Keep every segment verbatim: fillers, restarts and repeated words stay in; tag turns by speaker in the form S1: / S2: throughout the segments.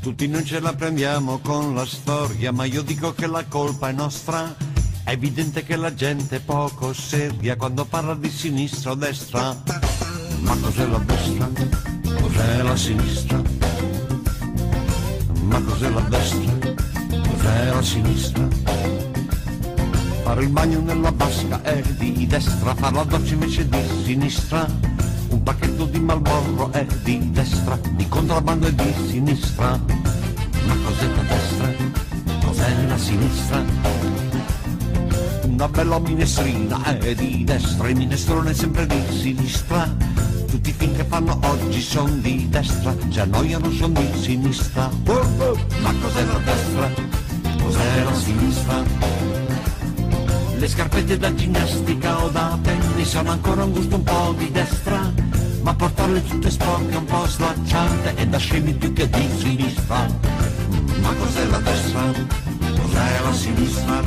S1: Tutti noi ce la prendiamo con la storia, ma io dico che la colpa è nostra. È evidente che la gente è poco seria quando parla di sinistra o destra. Ma cos'è la destra? Cos'è la sinistra? Ma cos'è la destra? Cos'è la sinistra? Fare il bagno nella vasca è di destra, fare la doccia invece di sinistra. Un pacchetto di Marlboro è di destra, di contrabbando è di sinistra. Ma cos'è la destra? Cos'è la sinistra? Una bella minestrina è di destra, il minestrone è sempre di sinistra. Tutti i film che fanno oggi son di destra, ci annoiano son di sinistra. Oh, oh. Ma cos'è la destra? Cos'è la sinistra? Le scarpette da ginnastica o da tennis hanno ancora un gusto un po' di destra, ma portarle tutte sporche è un po' slacciante e da scemi più che di sinistra. Ma cos'è la destra? Cos'è la sinistra?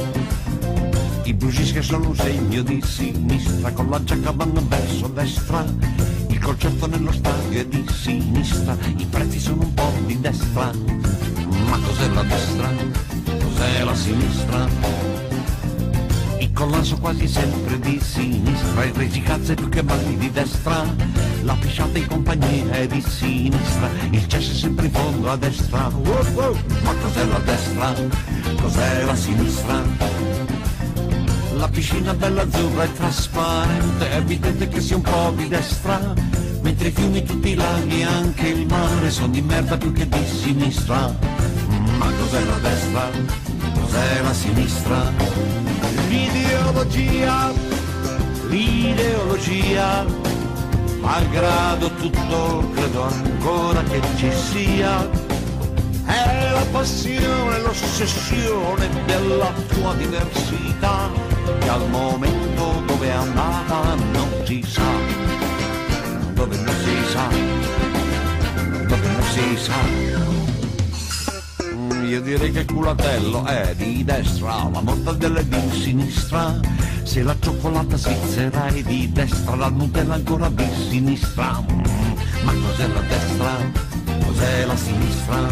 S1: I blues che sono un segno di sinistra, con la giacca vanno verso destra. Il concerto nello stadio è di sinistra, i prezzi sono un po' di destra. Ma cos'è la destra? Cos'è la sinistra? Il collasso quasi sempre di sinistra, il regicazzo è più che mai di destra. La pisciata in compagnia è di sinistra, il cesso è sempre in fondo a destra. Wow, wow. Ma cos'è la destra? Cos'è la sinistra? La piscina bella azzurra è trasparente, è evidente che sia un po' di destra. Mentre i fiumi, tutti i laghi e anche il mare sono di merda più che di sinistra. Ma cos'è la destra? Cos'è la sinistra? L'ideologia, l'ideologia, malgrado tutto credo ancora che ci sia. È la passione, l'ossessione della tua diversità, che al momento dove è andata non si sa, dove non si sa, dove non si sa. Io direi che il culatello è di destra, la mortadella è di sinistra. Se la cioccolata svizzera è di destra, la Nutella ancora di sinistra. Mm, ma cos'è la destra? Cos'è la sinistra?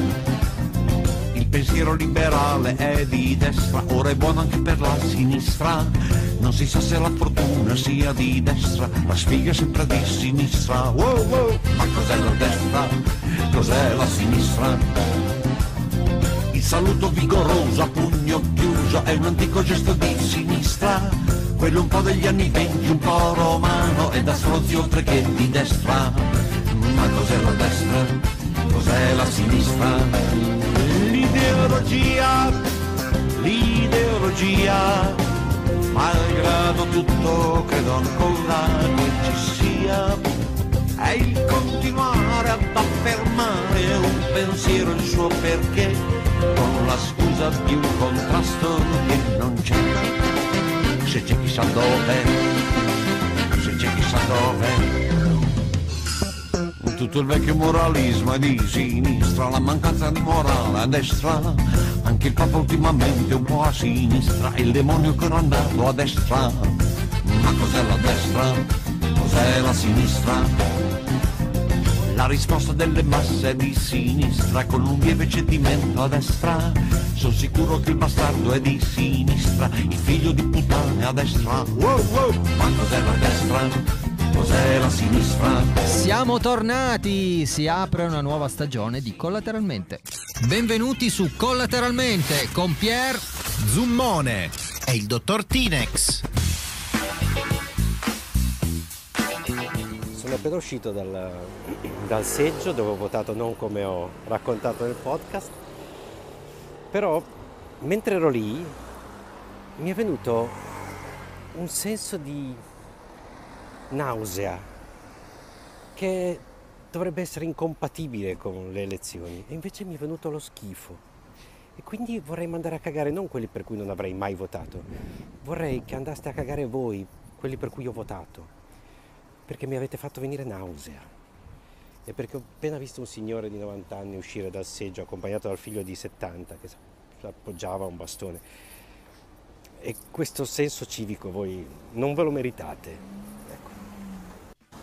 S1: Il pensiero liberale è di destra, ora è buono anche per la sinistra. Non si sa se la fortuna sia di destra, la sfiga è sempre di sinistra. Wow, wow. Ma cos'è la destra? Cos'è la sinistra? Il saluto vigoroso a pugno chiuso è un antico gesto di sinistra, quello un po' degli anni venti, un po' romano e da stronzi oltre che di destra. Ma cos'è la destra? Cos'è la sinistra? L'ideologia, l'ideologia, malgrado tutto credo ancora che ci sia. È il continuare ad affermare un pensiero, il suo perché, con la scusa di un contrasto che non c'è. Se c'è chissà dove, se c'è chissà dove. Tutto il vecchio moralismo è di sinistra, la mancanza di morale a destra. Anche il Papa ultimamente è un po' a sinistra, e il demonio che era andato a destra. Ma cos'è la destra? Cos'è la sinistra? La risposta delle masse è di sinistra, con un lieve cedimento a destra. Sono sicuro che il bastardo è di sinistra, il figlio di puttana è a destra. Wow, wow. Ma cos'è la destra? Cos'è la sinistra?
S2: Siamo tornati! Si apre una nuova stagione di Collateralmente. Benvenuti su Collateralmente con Pier
S3: Zummone e il dottor Tinex.
S4: Sono appena uscito dal, dal seggio dove ho votato non come ho raccontato nel podcast, però mentre ero lì mi è venuto un senso di nausea che dovrebbe essere incompatibile con le elezioni, e invece mi è venuto lo schifo, e quindi vorrei mandare a cagare non quelli per cui non avrei mai votato, vorrei che andaste a cagare voi, quelli per cui ho votato, perché mi avete fatto venire nausea, e perché ho appena visto un signore di novanta anni uscire dal seggio accompagnato dal figlio di settanta che appoggiava un bastone, e questo senso civico voi non ve lo meritate.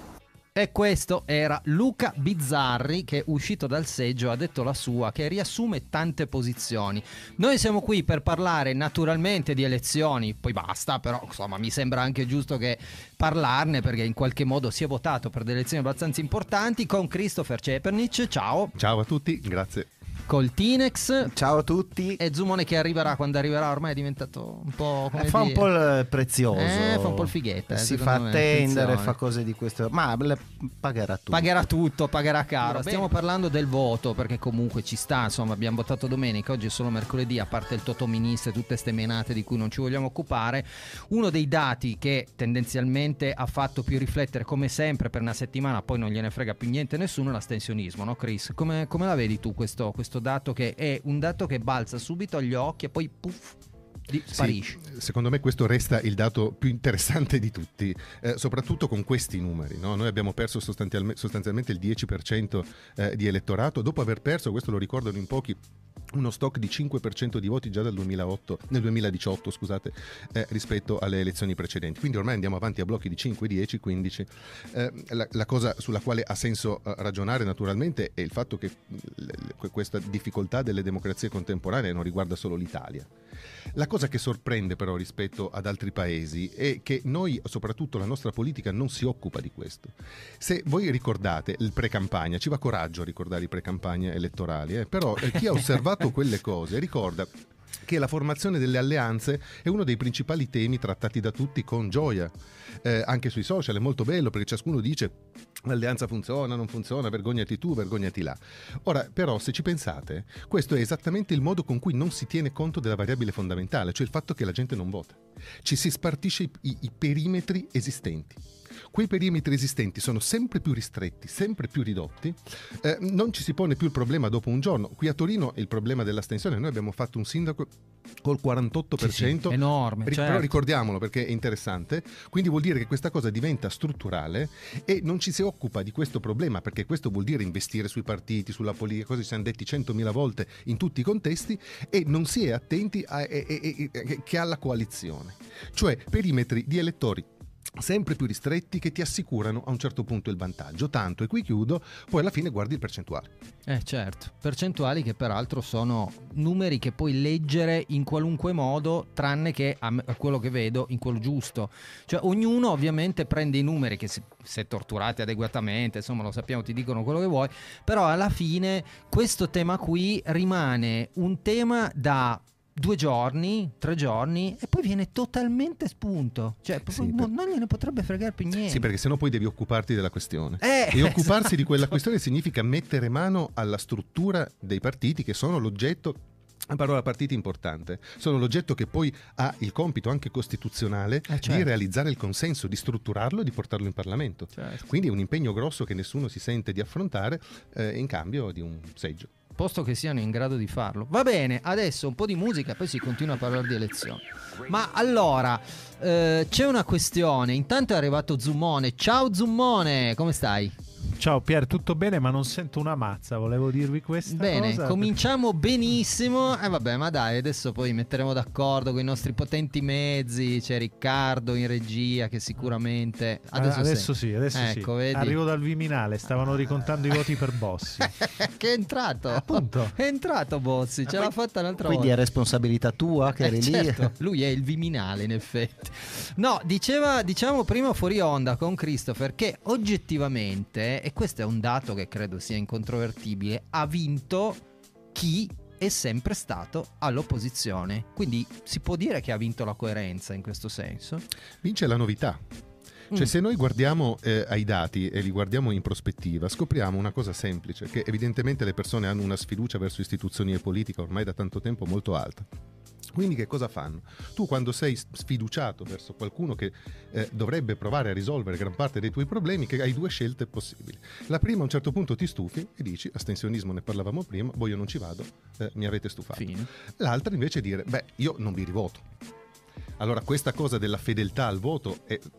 S2: E questo era Luca Bizzarri, che uscito dal seggio ha detto la sua, che riassume tante posizioni. Noi siamo qui per parlare naturalmente di elezioni, poi basta, però insomma mi sembra anche giusto che parlarne, perché in qualche modo si è votato per delle elezioni abbastanza importanti, con Christopher Cepernic. Ciao.
S5: Ciao a tutti, grazie.
S2: Col Tinex.
S6: Ciao a tutti.
S2: E Zumone che arriverà quando arriverà, ormai è diventato un po' come
S6: eh, fa
S2: dire.
S6: un po' il prezioso,
S2: eh, fa un po' il fighetta, eh,
S6: si fa
S2: me,
S6: attendere,
S2: attenzione.
S6: fa cose di questo, ma le pagherà tutto.
S2: Pagherà tutto, pagherà caro.
S6: Allora,
S2: Stiamo
S6: bene.
S2: parlando del voto, perché comunque ci sta, insomma, abbiamo votato domenica, oggi è solo mercoledì, a parte il Totoministro e tutte ste menate di cui non ci vogliamo occupare. Uno dei dati che tendenzialmente ha fatto più riflettere, come sempre per una settimana, poi non gliene frega più niente a nessuno, è l'astensionismo, no Chris? Come, come la vedi tu questo, questo dato, che è un dato che balza subito agli occhi e poi puff, di, sparisce?
S5: Sì, secondo me questo resta il dato più interessante di tutti, eh, soprattutto con questi numeri, no? Noi abbiamo perso sostanzialmente, sostanzialmente il dieci per cento eh, di elettorato, dopo aver perso, questo lo ricordano in pochi, uno stock di cinque per cento di voti già dal duemilaotto, nel duemiladiciotto, scusate, eh, rispetto alle elezioni precedenti. Quindi ormai andiamo avanti a blocchi di cinque, dieci, quindici. Eh, la, la cosa sulla quale ha senso eh, ragionare naturalmente è il fatto che l- questa difficoltà delle democrazie contemporanee non riguarda solo l'Italia. La cosa che sorprende però rispetto ad altri paesi è che noi, soprattutto la nostra politica, non si occupa di questo. Se voi ricordate il pre-campagna, ci va coraggio a ricordare i pre-campagna elettorali, eh? Però eh, chi ha osservato quelle cose ricorda che la formazione delle alleanze è uno dei principali temi trattati da tutti con gioia, eh, anche sui social. È molto bello perché ciascuno dice l'alleanza funziona, non funziona, vergognati tu, vergognati là. Ora però, se ci pensate, questo è esattamente il modo con cui non si tiene conto della variabile fondamentale, cioè il fatto che la gente non vota. Ci si spartisce i, i, i perimetri esistenti. Quei perimetri esistenti sono sempre più ristretti, sempre più ridotti, eh, non ci si pone più il problema dopo un giorno. Qui a Torino il problema dell'astensione, noi abbiamo fatto un sindaco col quarantotto per cento,
S2: sì, sì, enorme,
S5: Ri-
S2: certo.
S5: Però ricordiamolo perché è interessante, quindi vuol dire che questa cosa diventa strutturale e non ci si occupa di questo problema, perché questo vuol dire investire sui partiti, sulla politica, cose ci siamo detti centomila volte in tutti i contesti, e non si è attenti a, e, e, e, che alla coalizione, cioè perimetri di elettori sempre più ristretti che ti assicurano a un certo punto il vantaggio, tanto, e qui chiudo, poi alla fine guardi il percentuale.
S2: Eh certo, percentuali che peraltro sono numeri che puoi leggere in qualunque modo, tranne che a, me, a quello che vedo in quello giusto. Cioè ognuno ovviamente prende i numeri che si, se torturati adeguatamente, insomma lo sappiamo, ti dicono quello che vuoi, però alla fine questo tema qui rimane un tema da due giorni, tre giorni, e poi viene totalmente spunto. Cioè
S5: Sì,
S2: no,
S5: per...
S2: non gliene potrebbe fregare più niente.
S5: Sì, perché sennò poi devi occuparti della questione.
S2: Eh,
S5: e occuparsi
S2: esatto.
S5: di quella questione significa mettere mano alla struttura dei partiti, che sono l'oggetto. La parola partiti importante, sono l'oggetto che poi ha il compito anche costituzionale
S2: eh certo.
S5: di realizzare il consenso, di strutturarlo e di portarlo in Parlamento.
S2: Certo.
S5: Quindi è un impegno grosso che nessuno si sente di affrontare eh, in cambio di un seggio.
S2: Posto che siano in grado di farlo. Va bene, adesso un po' di musica e poi si continua a parlare di elezioni. Ma allora, eh, c'è una questione. Intanto è arrivato Zummone. Ciao Zummone, come stai?
S7: Ciao Pier, tutto bene, ma non sento una mazza, volevo dirvi questa
S2: Bene,
S7: cosa.
S2: cominciamo benissimo. E eh vabbè, ma dai, adesso poi metteremo d'accordo con i nostri potenti mezzi. C'è Riccardo in regia che sicuramente adesso,
S7: Ah, adesso sì, adesso
S2: ecco,
S7: sì.
S2: Vedi?
S7: Arrivo dal Viminale, stavano ricontando i voti per Bossi.
S2: Che è entrato.
S7: Appunto.
S2: È entrato Bossi, ce l'ha fatta un'altra
S6: Quindi
S2: volta.
S6: è responsabilità tua che
S2: Eh,
S6: eri
S2: certo,
S6: lì?
S2: lui è il Viminale in effetti. No, diceva, diciamo prima fuori onda con Christopher che oggettivamente, e questo è un dato che credo sia incontrovertibile, ha vinto chi è sempre stato all'opposizione. Quindi si può dire che ha vinto la coerenza in questo senso?
S5: Vince la novità. Cioè,
S2: Mm.
S5: se noi guardiamo eh, ai dati e li guardiamo in prospettiva, scopriamo una cosa semplice, che evidentemente le persone hanno una sfiducia verso istituzioni e politica ormai da tanto tempo molto alta. Quindi che cosa fanno? Tu, quando sei sfiduciato verso qualcuno che eh, dovrebbe provare a risolvere gran parte dei tuoi problemi, che hai due scelte possibili. La prima, a un certo punto ti stufi e dici: astensionismo, ne parlavamo prima, voi io non ci vado, eh, mi avete stufato.
S2: Fine.
S5: L'altra invece è dire: beh, io non vi rivoto. Allora questa cosa della fedeltà al voto è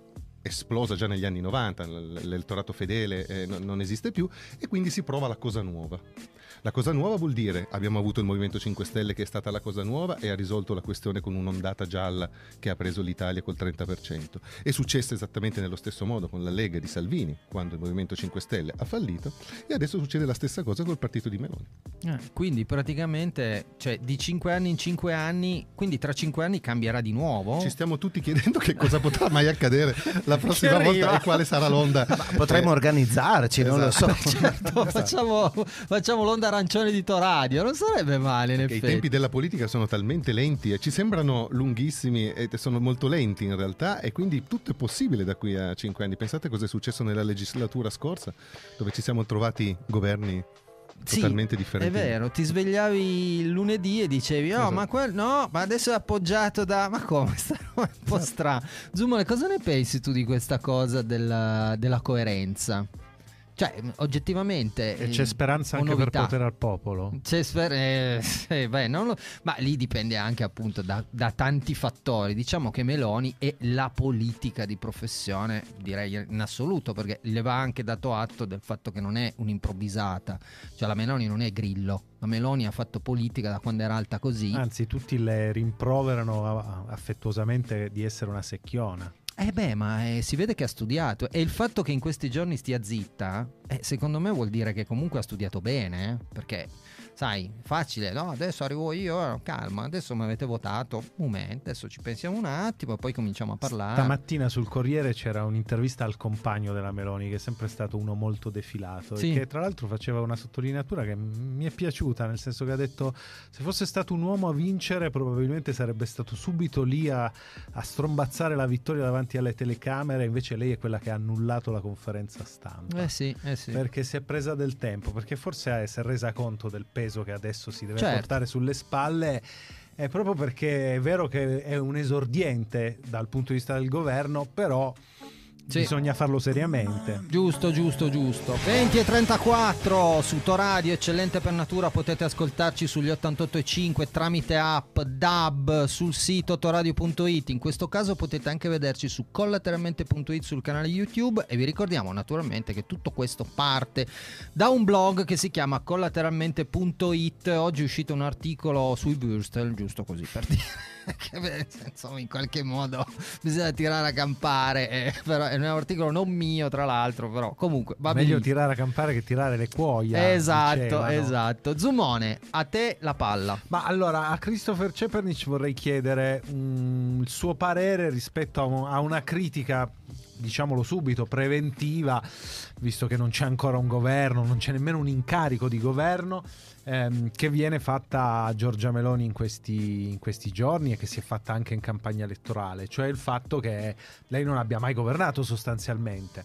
S5: esplosa già negli anni novanta, l'elettorato fedele eh, non, non esiste più, e quindi si prova la cosa nuova. La cosa nuova vuol dire abbiamo avuto il Movimento cinque Stelle che è stata la cosa nuova e ha risolto la questione con un'ondata gialla che ha preso l'Italia col trenta per cento. È successo esattamente nello stesso modo con la Lega di Salvini, quando il Movimento cinque Stelle ha fallito, e adesso succede la stessa cosa col partito di Meloni.
S2: Eh, quindi praticamente, cioè, di cinque anni in cinque anni, quindi tra cinque anni cambierà di nuovo?
S5: Ci stiamo tutti chiedendo che cosa potrà mai accadere la prossima volta e quale sarà l'onda.
S6: Ma potremmo eh, organizzarci, esatto. Non lo so.
S2: Certo, facciamo, facciamo l'onda arancione di Toradio, non sarebbe male in
S5: Perché
S2: effetti.
S5: I tempi della politica sono talmente lenti e ci sembrano lunghissimi e sono molto lenti in realtà, e quindi tutto è possibile da qui a cinque anni. Pensate cosa è successo nella legislatura scorsa, dove ci siamo trovati governi totalmente
S2: sì,
S5: differenti.
S2: È vero, ti svegliavi il lunedì e dicevi: oh, esatto. ma quel no, ma adesso è appoggiato da. Ma come? Sta roba è un po' strano. Zumone, cosa ne pensi tu di questa cosa della, della coerenza? Cioè, oggettivamente
S7: e c'è speranza anche
S2: novità.
S7: Per potere al popolo?
S2: C'è sper- eh, eh, beh, non lo- ma lì dipende anche appunto da, da tanti fattori. Diciamo che Meloni è la politica di professione, direi in assoluto, perché le va anche dato atto del fatto che non è un'improvvisata. Cioè la Meloni non è Grillo, la Meloni ha fatto politica da quando era alta così.
S7: Anzi, tutti le rimproverano affettuosamente di essere una secchiona.
S2: Eh beh, ma eh, si vede che ha studiato, e il fatto che in questi giorni stia zitta, eh, secondo me vuol dire che comunque ha studiato bene, eh? Perché, sai, facile, no? Adesso arrivo io, calma, adesso mi avete votato, un momento, adesso ci pensiamo un attimo e poi cominciamo a parlare.
S7: Stamattina sul Corriere c'era un'intervista al compagno della Meloni, che è sempre stato uno molto defilato,
S2: sì.
S7: E che tra l'altro faceva una sottolineatura che mi è piaciuta, nel senso che ha detto: se fosse stato un uomo a vincere probabilmente sarebbe stato subito lì a, a strombazzare la vittoria davanti alle telecamere, invece lei è quella che ha annullato la conferenza stampa.
S2: Eh sì, eh sì.
S7: Perché si è presa del tempo, perché forse si è resa conto del peso che adesso si deve
S2: certo.
S7: portare sulle spalle, è proprio perché è vero che è un esordiente dal punto di vista del governo, però sì. Bisogna farlo seriamente.
S2: Giusto, giusto, giusto. venti e trentaquattro su Toradio, eccellente per natura. Potete ascoltarci sugli ottantotto e cinque tramite app D A B sul sito toradio punto it. In questo caso potete anche vederci su collateralmente punto it sul canale YouTube, e vi ricordiamo naturalmente che tutto questo parte da un blog che si chiama collateralmente punto it. Oggi è uscito un articolo sui Würstel, giusto così per dire che beh, insomma, in qualche modo bisogna tirare a campare, eh, però è un articolo non mio, tra l'altro, però comunque va
S7: meglio
S2: benissimo.
S7: Tirare a campare che tirare le cuoia,
S2: esatto,
S7: dicevano.
S2: Esatto. Zumone, a te la palla.
S7: Ma allora, a Christopher Cepernic vorrei chiedere um, il suo parere rispetto a, un, a una critica, diciamolo subito, preventiva, visto che non c'è ancora un governo, non c'è nemmeno un incarico di governo, ehm, che viene fatta a Giorgia Meloni in questi, in questi giorni, e che si è fatta anche in campagna elettorale, cioè il fatto che lei non abbia mai governato sostanzialmente,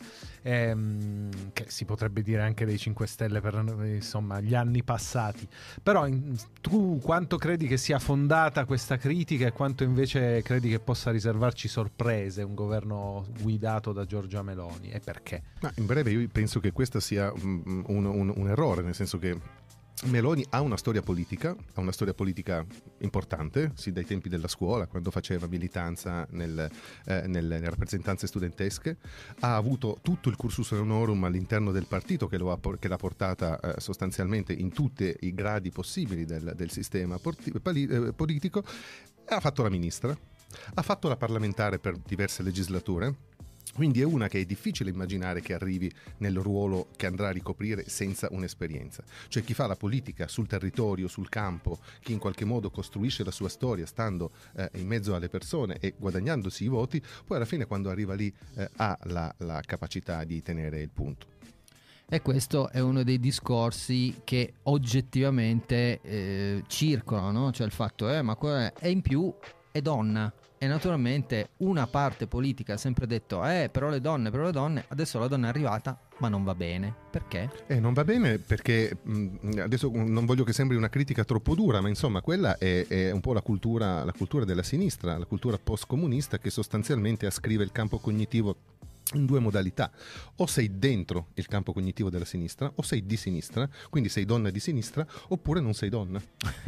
S7: ehm, che si potrebbe dire anche dei cinque Stelle per insomma gli anni passati. Però in, tu quanto credi che sia fondata questa critica, e quanto invece credi che possa riservarci sorprese un governo guidato da Giorgia Meloni, e perché?
S5: Ma in breve io penso che questo sia un, un, un errore, nel senso che Meloni ha una storia politica, ha una storia politica importante, sì, dai tempi della scuola, quando faceva militanza nel, eh, nelle rappresentanze studentesche, ha avuto tutto il cursus honorum all'interno del partito che, lo ha, che l'ha portata eh, sostanzialmente in tutti i gradi possibili del, del sistema porti, pali, eh, politico, e ha fatto la ministra, ha fatto la parlamentare per diverse legislature. Quindi è una che è difficile immaginare che arrivi nel ruolo che andrà a ricoprire senza un'esperienza. Cioè chi fa la politica sul territorio, sul campo, chi in qualche modo costruisce la sua storia stando eh, in mezzo alle persone e guadagnandosi i voti, poi alla fine quando arriva lì eh, ha la, la capacità di tenere il punto.
S2: E questo è uno dei discorsi che oggettivamente eh, circolano, no? Cioè il fatto è, ma quella è in più è donna. E naturalmente una parte politica ha sempre detto eh però le donne, però le donne, adesso la donna è arrivata ma non va bene. Perché?
S5: Eh, non va bene perché mh, adesso non voglio che sembri una critica troppo dura, ma insomma quella è, è un po' la cultura, la cultura della sinistra, la cultura post-comunista, che sostanzialmente ascrive il campo cognitivo in due modalità: o sei dentro il campo cognitivo della sinistra o sei di sinistra, quindi sei donna di sinistra, oppure non sei donna.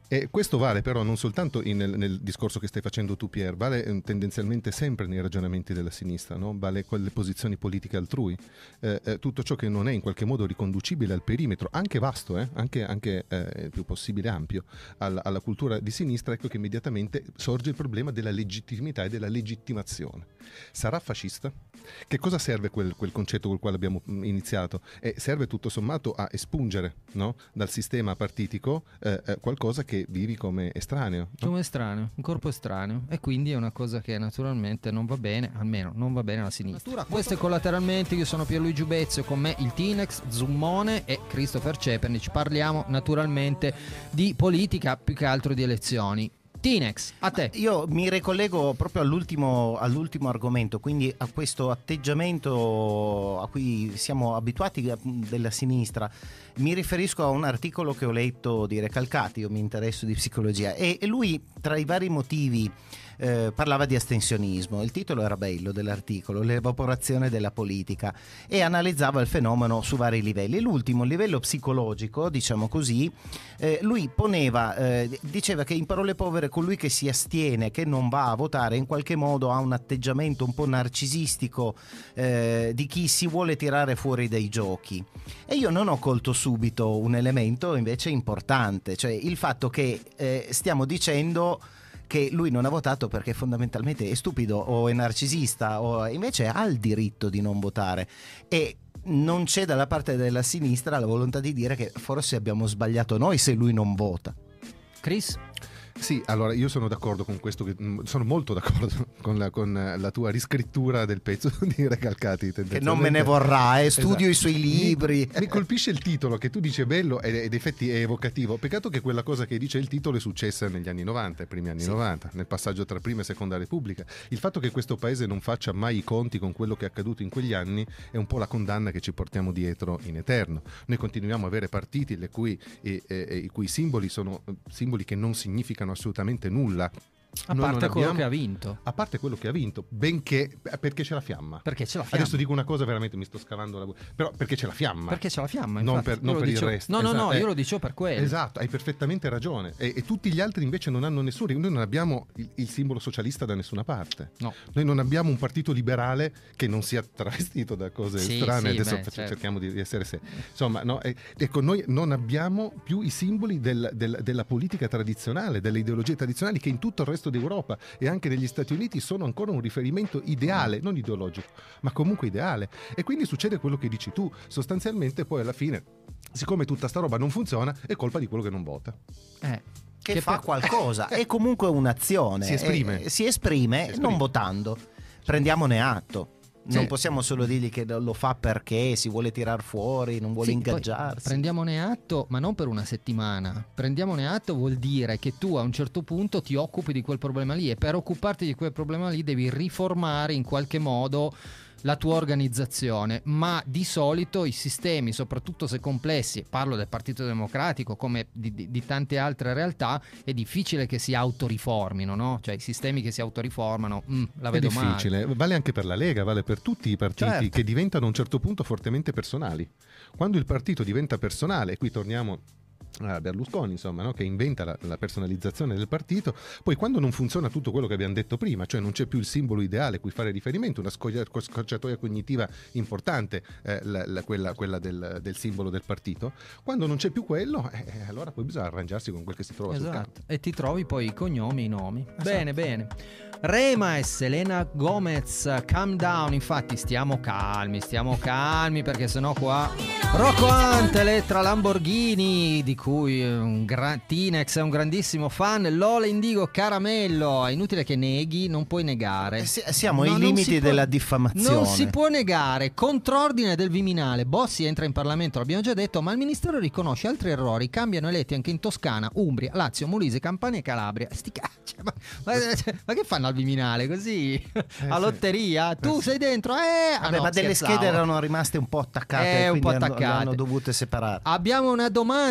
S5: E questo vale però non soltanto in, nel, nel discorso che stai facendo tu, Pier, vale eh, tendenzialmente sempre nei ragionamenti della sinistra, no? Vale con le posizioni politiche altrui, eh, eh, tutto ciò che non è in qualche modo riconducibile al perimetro, anche vasto, eh? anche, anche eh, il più possibile ampio, alla, alla cultura di sinistra, ecco che immediatamente sorge il problema della legittimità e della legittimazione. Sarà fascista? Che cosa serve quel, quel concetto col quale abbiamo iniziato? Eh, serve tutto sommato a espungere, no? dal sistema partitico eh, eh, qualcosa che vivi come estraneo, no?
S2: Come estraneo, un corpo estraneo, e quindi è una cosa che naturalmente non va bene, almeno non va bene alla sinistra. Questo è Collateralmente, io sono Pierluigi Bezio, con me il T-Nex, Zummone e Christopher Cepernic. Parliamo naturalmente di politica, più che altro di elezioni. T-Nex, a te.
S6: Io mi ricollego proprio all'ultimo, all'ultimo argomento, quindi a questo atteggiamento a cui siamo abituati della sinistra. Mi riferisco a un articolo che ho letto di Recalcati, io mi interesso di psicologia, e, e lui tra i vari motivi eh, parlava di astensionismo. Il titolo era bello dell'articolo, l'evaporazione della politica, e analizzava il fenomeno su vari livelli. L'ultimo, il livello psicologico, diciamo così, eh, lui poneva, eh, diceva che in parole povere colui che si astiene, che non va a votare, in qualche modo ha un atteggiamento un po' narcisistico eh, di chi si vuole tirare fuori dai giochi. E io non ho colto subito un elemento invece importante, cioè il fatto che eh, stiamo dicendo che lui non ha votato perché fondamentalmente è stupido o è narcisista, o invece ha il diritto di non votare, e non c'è dalla parte della sinistra la volontà di dire che forse abbiamo sbagliato noi se lui non vota.
S2: Chris?
S5: Sì, allora io sono d'accordo con questo, che, sono molto d'accordo con la, con la tua riscrittura del pezzo di Recalcati.
S6: Che non me ne vorrà, eh, studio esatto. i suoi libri.
S5: Mi, mi colpisce il titolo, che tu dici è bello ed effetti è evocativo. Peccato che quella cosa che dice il titolo è successa negli anni novanta, i primi anni sì. novanta, nel passaggio tra prima e seconda Repubblica. Il fatto che questo paese non faccia mai i conti con quello che è accaduto in quegli anni è un po' la condanna che ci portiamo dietro in eterno. Noi continuiamo a avere partiti le cui, eh, eh, i cui simboli sono simboli che non significano assolutamente nulla.
S2: A
S5: Noi
S2: parte quello
S5: abbiamo,
S2: che ha vinto.
S5: A parte quello che ha vinto, benché perché c'è la fiamma.
S2: Perché c'è la fiamma.
S5: Adesso dico una cosa, veramente mi sto scavando la però perché c'è la fiamma.
S2: Perché c'è la fiamma,
S5: non
S2: infatti.
S5: per, non per il resto.
S2: No, no,
S5: esatto.
S2: no, io lo dicevo per quello.
S5: Esatto, hai perfettamente ragione. E, e tutti gli altri invece non hanno nessuno. Noi non abbiamo il, il simbolo socialista da nessuna parte.
S2: No.
S5: Noi non abbiamo un partito liberale che non sia travestito da cose
S2: sì,
S5: strane.
S2: sì,
S5: Adesso
S2: beh,
S5: facciamo,
S2: certo.
S5: cerchiamo di, di essere se. Insomma, no, eh, ecco, noi non abbiamo più i simboli del, del, della politica tradizionale, delle ideologie tradizionali che in tutto il resto d'Europa e anche negli Stati Uniti sono ancora un riferimento ideale, non ideologico, ma comunque ideale. E quindi succede quello che dici tu, sostanzialmente poi alla fine, siccome tutta sta roba non funziona, è colpa di quello che non vota.
S2: Eh.
S6: Che,
S2: che
S6: fa
S2: per...
S6: qualcosa, è comunque un'azione.
S5: Si esprime.
S6: Eh, si esprime, si esprime non votando. Prendiamone atto. Non
S2: Sì.
S6: possiamo solo dirgli che lo fa perché si vuole tirar fuori, non vuole
S2: sì,
S6: ingaggiarsi.
S2: Prendiamone atto, ma non per una settimana. Prendiamone atto vuol dire che tu a un certo punto ti occupi di quel problema lì, e per occuparti di quel problema lì devi riformare in qualche modo la tua organizzazione, ma di solito i sistemi, soprattutto se complessi, parlo del Partito Democratico come di, di, di tante altre realtà, è difficile che si autoriformino, no? Cioè i sistemi che si autoriformano, mm, la vedo male.
S5: È difficile, male. Vale anche per la Lega, vale per tutti i partiti,
S6: certo.
S5: che diventano a un certo punto fortemente personali. Quando il partito diventa personale, e qui torniamo a Berlusconi, insomma, no? Che inventa la, la personalizzazione del partito, poi quando non funziona tutto quello che abbiamo detto prima, cioè non c'è più il simbolo ideale a cui fare riferimento, una scoglia, scorciatoia cognitiva importante, eh, la, la, quella, quella del, del simbolo del partito, quando non c'è più quello, eh, allora poi bisogna arrangiarsi con quel che si trova
S2: esatto.
S5: sul campo.
S2: E ti trovi poi i cognomi e i nomi.
S5: Esatto.
S2: Bene, bene. Rema e Selena Gomez, Calm Down. Infatti stiamo calmi, stiamo calmi, perché sennò qua Rocco Hunt, Elettra Lamborghini, di cui un gra- T-Nex è un grandissimo fan. Lola Indigo Caramello. È inutile che neghi, non puoi negare.
S6: Eh, siamo
S2: No,
S6: ai
S2: non
S6: limiti
S2: si può-
S6: della diffamazione.
S2: Non si può negare. Contrordine del Viminale. Bossi entra in Parlamento, l'abbiamo già detto, ma il Ministero riconosce altri errori. Cambiano eletti anche in Toscana, Umbria, Lazio, Molise, Campania e Calabria. Sti caccia, ma, ma, ma che fanno al Viminale così? A
S5: sì.
S2: lotteria? Tu
S5: Eh,
S2: sei dentro? Eh, ah,
S6: Vabbè,
S2: no,
S6: ma delle
S2: scherzavo.
S6: schede erano rimaste un po' attaccate,
S2: Eh, un
S6: quindi
S2: po'
S6: hanno- le
S2: attaccate.
S6: hanno dovute separare.
S2: Abbiamo una domanda da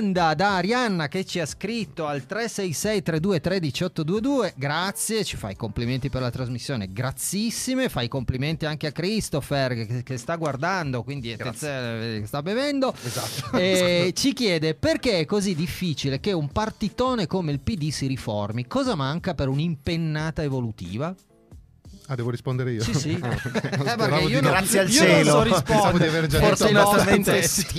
S2: da Arianna che ci ha scritto al tre sei sei tre due uno tre otto due due. Grazie, ci fai complimenti per la trasmissione, grazzissime. Fai complimenti anche a Christopher che, che sta guardando, quindi attenzione, sta bevendo.
S5: Esatto.
S2: E ci chiede perché è così difficile che un partitone come il P D si riformi. Cosa manca per un'impennata evolutiva?
S5: Ah, devo rispondere io?
S2: Sì, sì.
S5: Ah,
S2: eh,
S5: speravo
S2: io
S5: di
S2: non,
S6: grazie al
S2: io
S6: cielo.
S2: non so
S5: Pensavo di
S2: rispondere.
S5: aver già
S2: Forse
S5: detto
S2: i nostri
S6: esattamente
S2: testi.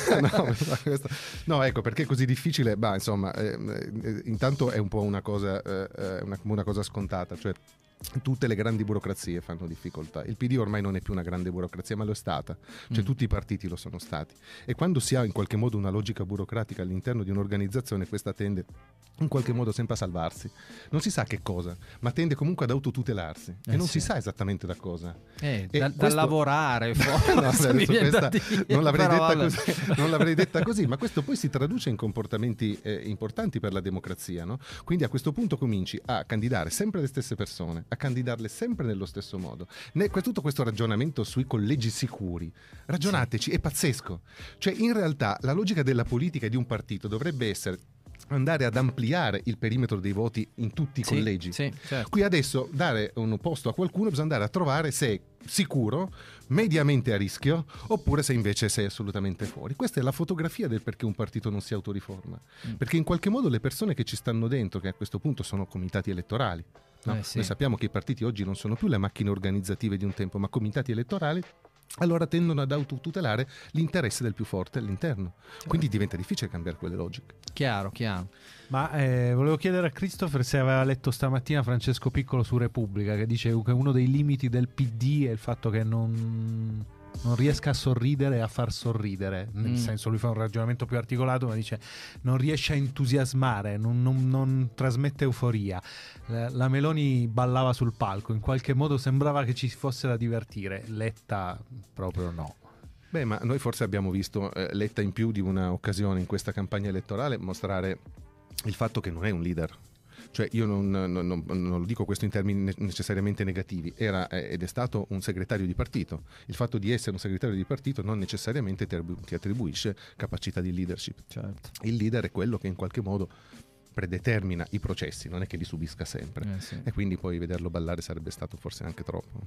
S5: no, questo- no, ecco, perché è così difficile? Bah, insomma, eh, eh, intanto è un po' una cosa, eh, eh, una, una cosa scontata, cioè tutte le grandi burocrazie fanno difficoltà. Il P D ormai non è più una grande burocrazia, ma lo è stata, cioè
S2: Mm.
S5: tutti i partiti lo sono stati, e quando si ha in qualche modo una logica burocratica all'interno di un'organizzazione, questa tende in qualche modo sempre a salvarsi, non si sa che cosa, ma tende comunque ad autotutelarsi
S2: Eh
S5: e non
S2: sì.
S5: si sa esattamente da cosa.
S2: Eh,
S5: E
S2: da, da
S5: questo-
S2: lavorare forse
S5: No, vabbè,
S2: mi
S5: adesso
S2: viene da
S5: questa
S2: dire,
S5: non l'avrei,
S2: però
S5: detta
S2: vabbè.
S5: così, non l'avrei detta così, ma questo poi si traduce in comportamenti eh, importanti per la democrazia, no? Quindi a questo punto cominci a candidare sempre le stesse persone, a candidarle sempre nello stesso modo. Ne- que- tutto questo ragionamento sui collegi sicuri, ragionateci, è pazzesco. Cioè, in realtà la logica della politica e di un partito dovrebbe essere andare ad ampliare il perimetro dei voti in tutti i
S2: Sì,
S5: collegi.
S2: sì, certo.
S5: Qui adesso dare un posto a qualcuno bisogna andare a trovare se è sicuro, mediamente a rischio, oppure se invece sei assolutamente fuori. Questa è la fotografia del perché un partito non si autoriforma.
S2: Mm.
S5: Perché in qualche modo le persone che ci stanno dentro, che a questo punto sono comitati elettorali, no?
S2: Eh, sì.
S5: Noi sappiamo che i partiti oggi non sono più le macchine organizzative di un tempo, ma comitati elettorali, allora tendono ad autotutelare l'interesse del più forte all'interno. Quindi diventa difficile cambiare quelle logiche.
S2: Chiaro, chiaro.
S7: Ma eh, volevo chiedere a Christopher se aveva letto stamattina Francesco Piccolo su Repubblica, che dice che uno dei limiti del P D è il fatto che non, non riesca a sorridere e a far sorridere. Nel
S2: Mm.
S7: senso, lui fa un ragionamento più articolato, ma dice non riesce a entusiasmare, non, non- non trasmette euforia. La, la Meloni ballava sul palco, in qualche modo sembrava che ci fosse da divertire. Letta proprio no.
S5: Beh, ma noi forse abbiamo visto eh, Letta in più di una occasione in questa campagna elettorale mostrare il fatto che non è un leader. Cioè io non, non- non- non lo dico questo in termini ne- necessariamente negativi, era eh, ed è stato un segretario di partito. Il fatto di essere un segretario di partito non necessariamente ti attribu- ti attribuisce capacità di leadership.
S2: Certo.
S5: Il leader è quello che in qualche modo predetermina i processi, non è che li subisca sempre.
S2: Eh, sì.
S5: E quindi poi vederlo ballare sarebbe stato forse anche troppo.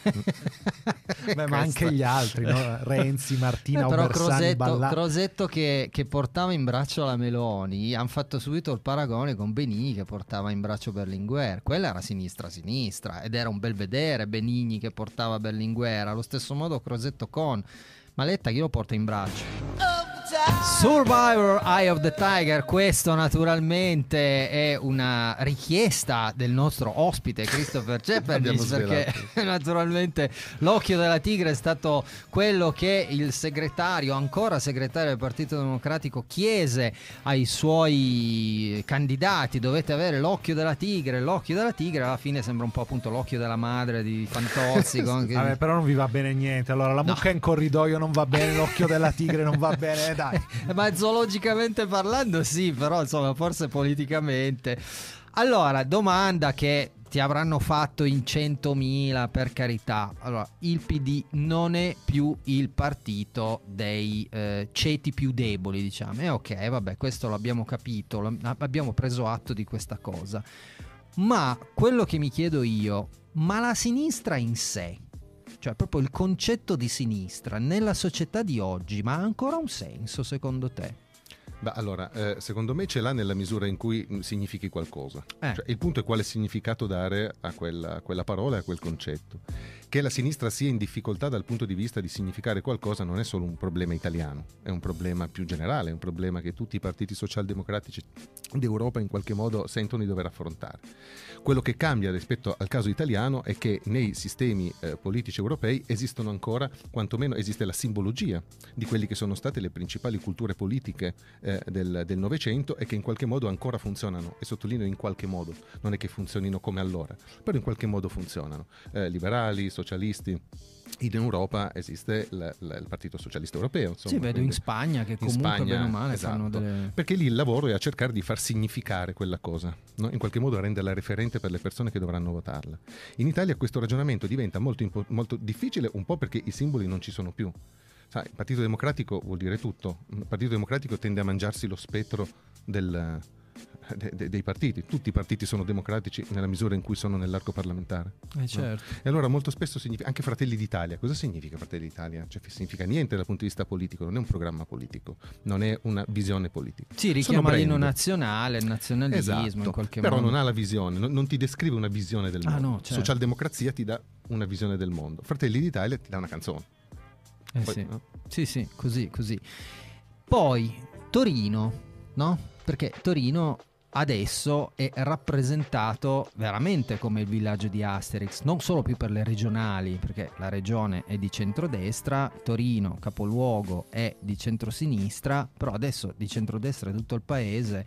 S7: Beh, ma anche gli altri, no? Renzi, Martina,
S2: Eh, però
S7: Obersani,
S2: Crosetto,
S7: Balla-
S2: Crosetto che, che portava in braccio la Meloni, hanno fatto subito il paragone con Benigni che portava in braccio Berlinguer. Quella era sinistra-sinistra ed era un bel vedere Benigni che portava Berlinguer. Allo stesso modo Crosetto con Maletta chi lo porta in braccio? Survivor Eye of the Tiger, questo naturalmente è una richiesta del nostro ospite Christopher
S5: Abbiamo
S2: Cepernis, perché
S5: svelato.
S2: naturalmente l'occhio della tigre è stato quello che il segretario, ancora segretario del Partito Democratico, chiese ai suoi candidati: dovete avere l'occhio della tigre, l'occhio della tigre. Alla fine sembra un po' appunto l'occhio della madre di Fantozzi con- che-
S7: Vabbè, però non vi va bene niente. Allora, la
S2: No.
S7: mucca in corridoio non va bene, l'occhio della tigre non va bene, dai.
S2: Ma zoologicamente parlando sì, però insomma forse politicamente. Allora, domanda che ti avranno fatto in centomila, per carità. Allora, il P D non è più il partito dei eh, ceti più deboli, diciamo. E ok, vabbè, questo l'abbiamo capito, lo- abbiamo preso atto di questa cosa. Ma quello che mi chiedo io, ma la sinistra in sé, cioè proprio il concetto di sinistra nella società di oggi, ma ha ancora un senso secondo te?
S5: Beh, allora, eh, secondo me ce l'ha nella misura in cui mh, significhi qualcosa.
S2: Eh.
S5: Cioè, il punto è quale significato dare a quella, a quella parola e a quel concetto. Che la sinistra sia in difficoltà dal punto di vista di significare qualcosa non è solo un problema italiano, è un problema più generale, è un problema che tutti i partiti socialdemocratici d'Europa in qualche modo sentono di dover affrontare. Quello che cambia rispetto al caso italiano è che nei sistemi eh, politici europei esistono ancora, quantomeno esiste la simbologia di quelli che sono state le principali culture politiche eh, del del Novecento e che in qualche modo ancora funzionano, e sottolineo in qualche modo, non è che funzionino come allora, però in qualche modo funzionano. Eh, liberali, socialisti. In Europa esiste l- l- il Partito Socialista Europeo. Insomma,
S2: Sì, vedo in
S5: quindi-
S2: Spagna che
S5: in
S2: comunque
S5: Spagna,
S2: bene o male
S5: esatto.
S2: fanno delle...
S5: Perché lì il lavoro è a cercare di far significare quella cosa, no? In qualche modo renderla referente per le persone che dovranno votarla. In Italia questo ragionamento diventa molto, impo- molto difficile, un po' perché i simboli non ci sono più. sai, il Partito Democratico vuol dire tutto. Il Partito Democratico tende a mangiarsi lo spettro del, de, de, dei partiti. Tutti i partiti sono democratici nella misura in cui sono nell'arco parlamentare.
S2: Eh certo.
S5: No? E allora molto spesso significa, anche Fratelli d'Italia, cosa significa Fratelli d'Italia? Cioè significa niente dal punto di vista politico, non è un programma politico, non è una visione politica.
S2: Sì, richiama l'inno nazionale, il nazionalismo, esatto, in qualche
S5: però
S2: modo.
S5: non ha la visione, non, non ti descrive una visione del mondo.
S2: Ah, no, certo.
S5: Socialdemocrazia ti dà una visione del mondo, Fratelli d'Italia ti dà una canzone.
S2: Eh
S5: Poi,
S2: sì.
S5: no?
S2: sì, sì, così, così. Poi Torino, no? Perché Torino adesso è rappresentato veramente come il villaggio di Asterix, non solo più per le regionali, perché la regione è di centrodestra, Torino, capoluogo, è di centrosinistra, però adesso di centrodestra è tutto il paese.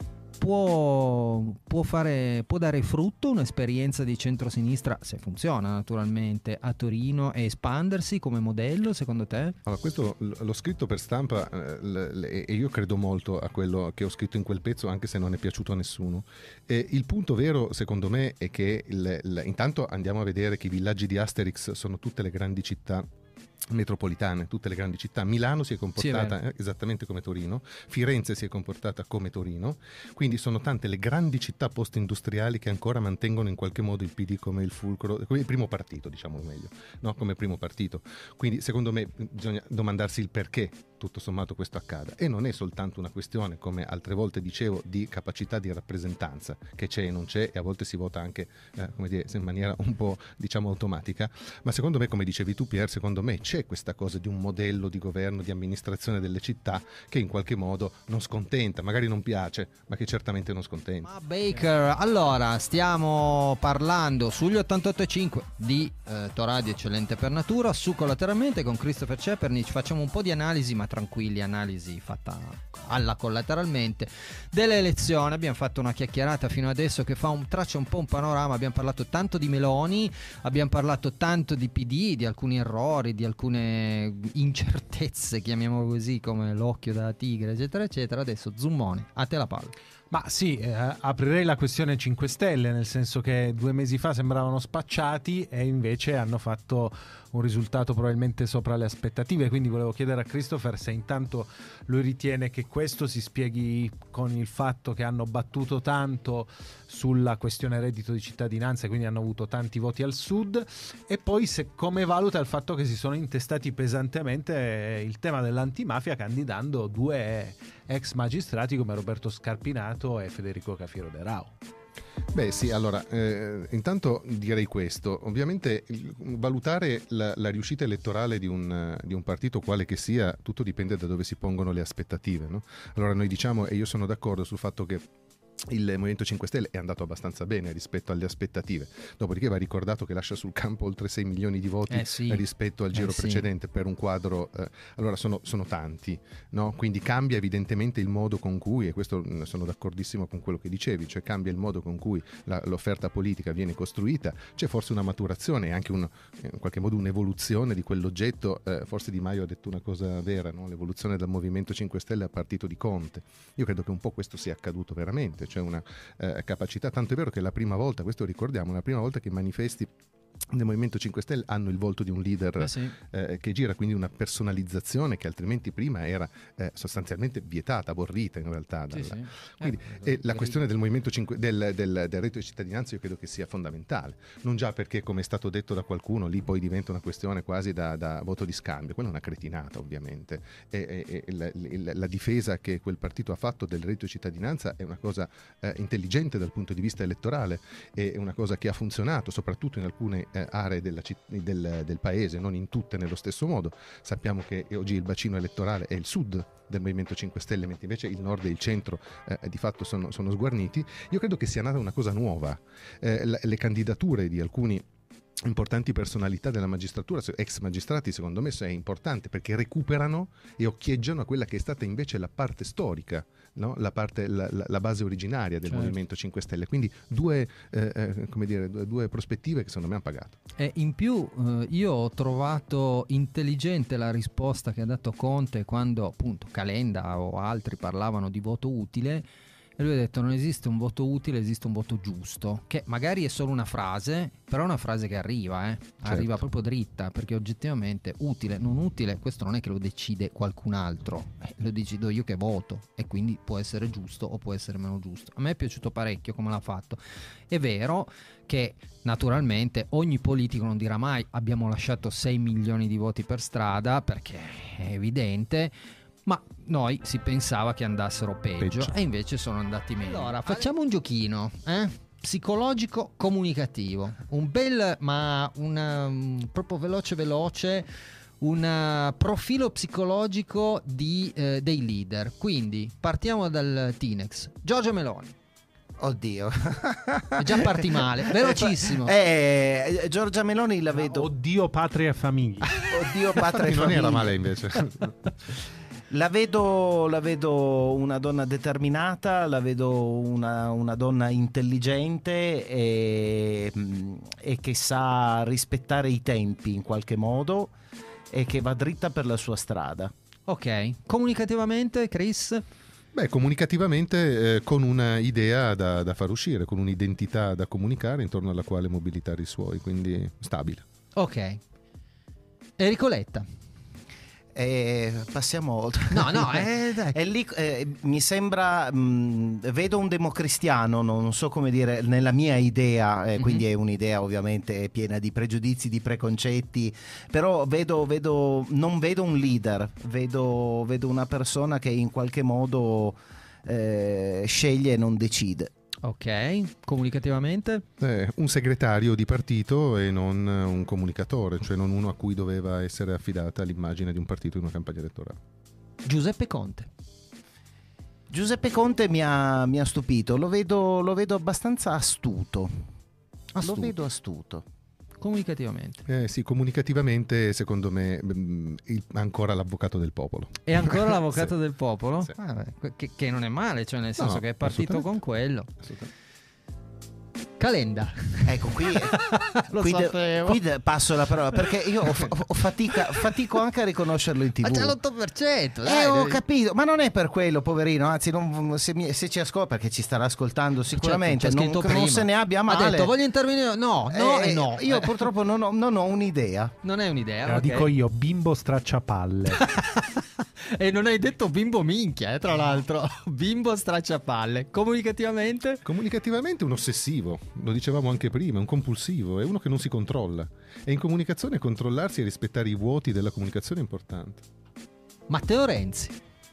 S2: Può, può, fare, può dare frutto un'esperienza di centrosinistra, se funziona naturalmente, a Torino e espandersi come modello, secondo te?
S5: Allora, questo l- l'ho scritto per stampa eh, l- l- e io credo molto a quello che ho scritto in quel pezzo, anche se non è piaciuto a nessuno. E il punto vero, secondo me, è che il, il, intanto andiamo a vedere che i villaggi di Asterix sono tutte le grandi città metropolitane, tutte le grandi città. Milano si è comportata
S2: sì, è
S5: eh, esattamente come Torino, Firenze si è comportata come Torino, quindi sono tante le grandi città post-industriali che ancora mantengono in qualche modo il P D come il fulcro, come il primo partito, diciamo meglio, no? Come primo partito. Quindi secondo me bisogna domandarsi il perché tutto sommato questo accada, e non è soltanto una questione, come altre volte dicevo, di capacità di rappresentanza, che c'è e non c'è, e a volte si vota anche eh, come dire, in maniera un po' diciamo automatica, ma secondo me, come dicevi tu Pier, secondo me c'è questa cosa di un modello di governo, di amministrazione delle città che in qualche modo non scontenta, magari non piace, ma che certamente non scontenta.
S2: Ma Baker, allora stiamo parlando sugli ottantotto e cinque di eh, Toradio Eccellente per Natura, su Collateralmente con Christopher Cepernic. Facciamo un po' di analisi, ma tranquilli, analisi fatta alla collateralmente delle elezioni. Abbiamo fatto una chiacchierata fino adesso che fa un traccia un po' un panorama. Abbiamo parlato tanto di Meloni, abbiamo parlato tanto di P D, di alcuni errori, di alcune incertezze, chiamiamolo così, come l'occhio da tigre, eccetera eccetera. Adesso zoomone, a te la palla.
S7: Ma sì, eh, aprirei la questione cinque Stelle, nel senso che due mesi fa sembravano spacciati e invece hanno fatto un risultato probabilmente sopra le aspettative, quindi volevo chiedere a Christopher se intanto lui ritiene che questo si spieghi con il fatto che hanno battuto tanto sulla questione reddito di cittadinanza e quindi hanno avuto tanti voti al sud, e poi se come valuta il fatto che si sono intestati pesantemente il tema dell'antimafia candidando due ex magistrati come Roberto Scarpinato e Federico Cafiero De Rao.
S5: Beh sì, allora, eh, intanto direi questo, ovviamente il, valutare la, la riuscita elettorale di un, di un partito quale che sia, tutto dipende da dove si pongono le aspettative, no? Allora noi diciamo, e io sono d'accordo sul fatto che il Movimento cinque Stelle è andato abbastanza bene rispetto alle aspettative, dopodiché va ricordato che lascia sul campo oltre sei milioni di voti
S2: eh sì.
S5: rispetto al giro
S2: eh sì.
S5: precedente per un quadro, eh, allora sono, sono tanti, no? Quindi cambia evidentemente il modo con cui, e questo sono d'accordissimo con quello che dicevi, cioè cambia il modo con cui la, l'offerta politica viene costruita, c'è forse una maturazione e anche un, in qualche modo un'evoluzione di quell'oggetto, eh, forse Di Maio ha detto una cosa vera, no? L'evoluzione dal Movimento cinque Stelle al partito di Conte, io credo che un po' questo sia accaduto veramente, cioè una eh, capacità, tanto è vero che la prima volta, questo ricordiamo, la prima volta che i manifesti del Movimento cinque Stelle hanno il volto di un leader
S2: eh sì.
S5: eh, che gira, quindi una personalizzazione che altrimenti prima era eh, sostanzialmente vietata, aborrita in realtà dalla...
S2: sì, sì.
S5: Quindi
S2: eh,
S5: eh, la questione del Movimento cinque, del, del, del reddito di cittadinanza io credo che sia fondamentale, non già perché, come è stato detto da qualcuno, lì poi diventa una questione quasi da, da voto di scambio, quella è una cretinata ovviamente, e, e, e la, la, la difesa che quel partito ha fatto del reddito di cittadinanza è una cosa eh, intelligente dal punto di vista elettorale, è una cosa che ha funzionato soprattutto in alcune eh, aree della citt- del, del paese, non in tutte nello stesso modo. Sappiamo che oggi il bacino elettorale è il sud del Movimento cinque Stelle, mentre invece il nord e il centro eh, di fatto sono, sono sguarniti. Io credo che sia nata una cosa nuova, eh, le, le candidature di alcuni importanti personalità della magistratura, ex magistrati, secondo me è importante perché recuperano e occhieggiano a quella che è stata invece la parte storica, no? la, parte, la, la base originaria del certo. Movimento cinque Stelle, quindi due, eh, come dire, due, due prospettive che secondo me hanno pagato.
S2: E in più eh, io ho trovato intelligente la risposta che ha dato Conte quando appunto Calenda o altri parlavano di voto utile, E lui ha detto: non esiste un voto utile, esiste un voto giusto, che magari è solo una frase, però è una frase che arriva, eh? arriva proprio dritta, perché oggettivamente utile, non utile, questo non è che lo decide qualcun altro, eh, lo decido io che voto, e quindi può essere giusto o può essere meno giusto. A me è piaciuto parecchio come l'ha fatto. È vero che naturalmente ogni politico non dirà mai abbiamo lasciato sei milioni di voti per strada, perché è evidente, ma noi si pensava che andassero peggio, peggio. E invece sono andati meglio. Allora facciamo un giochino, eh? Psicologico comunicativo, un bel ma una, um, proprio veloce veloce un uh, profilo psicologico di, eh, dei leader. Quindi partiamo dal Tinex. Giorgia Meloni.
S6: Oddio,
S2: e già parti male, velocissimo.
S6: Eh, Giorgia Meloni la vedo.
S7: Oddio, patria e famiglia.
S6: Oddio, patria e famiglia.
S5: Non era male invece.
S6: La vedo, la vedo una donna determinata, la vedo una, una donna intelligente e, e che sa rispettare i tempi in qualche modo e che va dritta per la sua strada.
S2: Ok, comunicativamente, Chris?
S5: Beh, comunicativamente eh, con una idea da, da far uscire, con un'identità da comunicare intorno alla quale mobilitare i suoi, quindi stabile.
S2: Ok. Enrico Letta.
S6: Eh, passiamo oltre.
S2: No, no, eh, dai.
S6: È lì, eh, mi sembra, mh, vedo un democristiano, non so come dire, nella mia idea, eh, quindi mm-hmm. è un'idea ovviamente piena di pregiudizi, di preconcetti, però vedo, vedo non vedo un leader, vedo, vedo una persona che in qualche modo eh, sceglie e non decide.
S2: Ok, comunicativamente?
S5: Eh, un segretario di partito e non un comunicatore, cioè non uno a cui doveva essere affidata l'immagine di un partito in una campagna elettorale.
S2: Giuseppe Conte.
S6: Giuseppe Conte mi ha, mi ha stupito, lo vedo, lo vedo abbastanza astuto. astuto. Lo vedo astuto.
S2: Comunicativamente.
S5: Eh sì, comunicativamente secondo me mh, il, ancora l'avvocato del popolo.
S2: È ancora l'avvocato
S5: sì.
S2: del popolo?
S5: Sì.
S2: Ah, beh, che, che non è male, cioè nel senso
S5: no,
S2: che è partito con quello. Calenda.
S6: Ecco, qui,
S2: Lo
S6: qui,
S2: sapevo.
S6: qui passo la parola perché io ho, ho fatica, fatico anche a riconoscerlo in tivù.
S2: Ma c'è l'otto per cento.
S6: Eh, ho capito, ma non è per quello, poverino. Anzi, non, se, mi, se ci ascolta, perché ci starà ascoltando sicuramente,
S2: certo,
S6: non, non se ne abbia male.
S2: Ha detto voglio intervenire. No, no
S6: eh,
S2: e no.
S6: Io
S2: eh.
S6: purtroppo non ho, non ho un'idea.
S2: Non è un'idea.
S7: Lo
S2: okay.
S7: dico io, bimbo stracciapalle.
S2: E non hai detto bimbo minchia, eh, tra l'altro. Bimbo stracciapalle. Comunicativamente?
S5: Comunicativamente un ossessivo, lo dicevamo anche prima, un compulsivo, è uno che non si controlla. E in comunicazione controllarsi e rispettare i vuoti della comunicazione è importante.
S2: Matteo Renzi.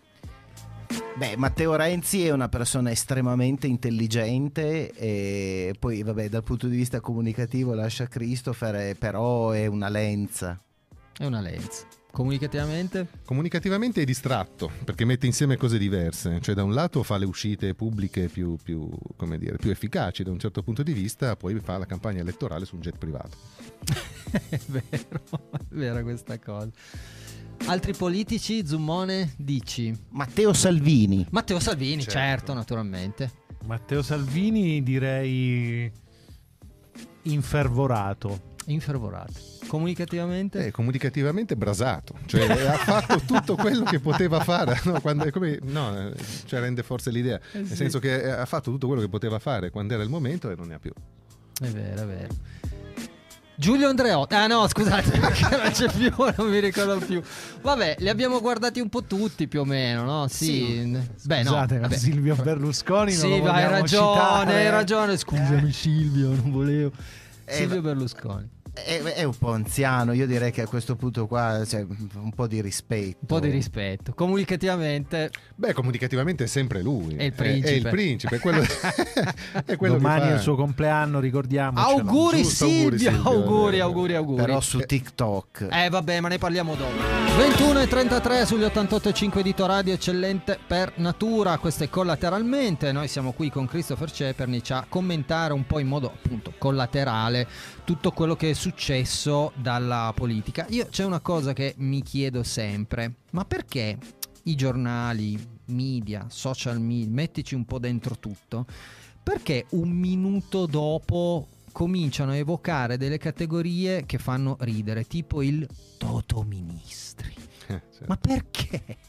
S6: Beh, Matteo Renzi è una persona estremamente intelligente e poi, vabbè, dal punto di vista comunicativo lascia Christopher, però è una lenza.
S2: È una lenza. Comunicativamente?
S5: Comunicativamente è distratto perché mette insieme cose diverse, cioè da un lato fa le uscite pubbliche più, più, come dire, più efficaci da un certo punto di vista, poi fa la campagna elettorale su un jet privato.
S2: È vero, è vera questa cosa. Altri politici, Zummone, dici?
S6: Matteo Salvini.
S2: Matteo Salvini, certo,
S5: Certo.
S2: naturalmente.
S7: Matteo Salvini direi infervorato.
S2: Infervorato. Comunicativamente?
S5: Eh, comunicativamente brasato, cioè ha fatto tutto quello che poteva fare, no, quando, è come, no, cioè rende forse l'idea,
S2: Eh
S5: nel
S2: sì.
S5: senso che ha fatto tutto quello che poteva fare quando era il momento e non ne ha più.
S2: È vero, è vero. Giulio Andreotti. Ah no, scusate, perché non c'è più, non mi ricordo più. Vabbè, li abbiamo guardati un po' tutti più o meno, no? Sì.
S6: Sì.
S2: Beh, no.
S7: Scusate, ma
S2: vabbè.
S7: Silvio Berlusconi non
S2: Sì,
S7: lo
S2: ma hai
S7: vogliamo
S2: ragione,
S7: citare.
S2: hai ragione. Scusami Silvio, non volevo.
S6: Eh,
S2: Silvio
S6: ma-
S2: Berlusconi.
S6: È, è un po' anziano, io direi che a questo punto qua c'è un po' di rispetto.
S2: Un po' di rispetto. Comunicativamente
S5: Beh, comunicativamente è sempre lui,
S2: È il principe.
S5: è, è il principe, è quello, è quello
S7: Domani
S5: che
S7: è
S5: fa.
S7: il suo compleanno, ricordiamocelo.
S2: auguri
S5: Giusto, auguri,
S2: Silvio,
S5: Silvio.
S2: auguri, auguri, auguri.
S6: Però su TikTok.
S2: Eh vabbè, ma ne parliamo dopo. ventuno e trentatré sugli ottantotto e cinque di Radio Eccellente per Natura. Questo è Collateralmente. Noi siamo qui con Christopher Cepernic a commentare un po' in modo appunto collaterale tutto quello che è successo dalla politica. Io c'è una cosa che mi chiedo sempre: ma perché i giornali, media, social media, mettici un po' dentro tutto, perché un minuto dopo cominciano a evocare delle categorie che fanno ridere, tipo il Toto Ministri?
S5: Eh, certo.
S2: Ma perché?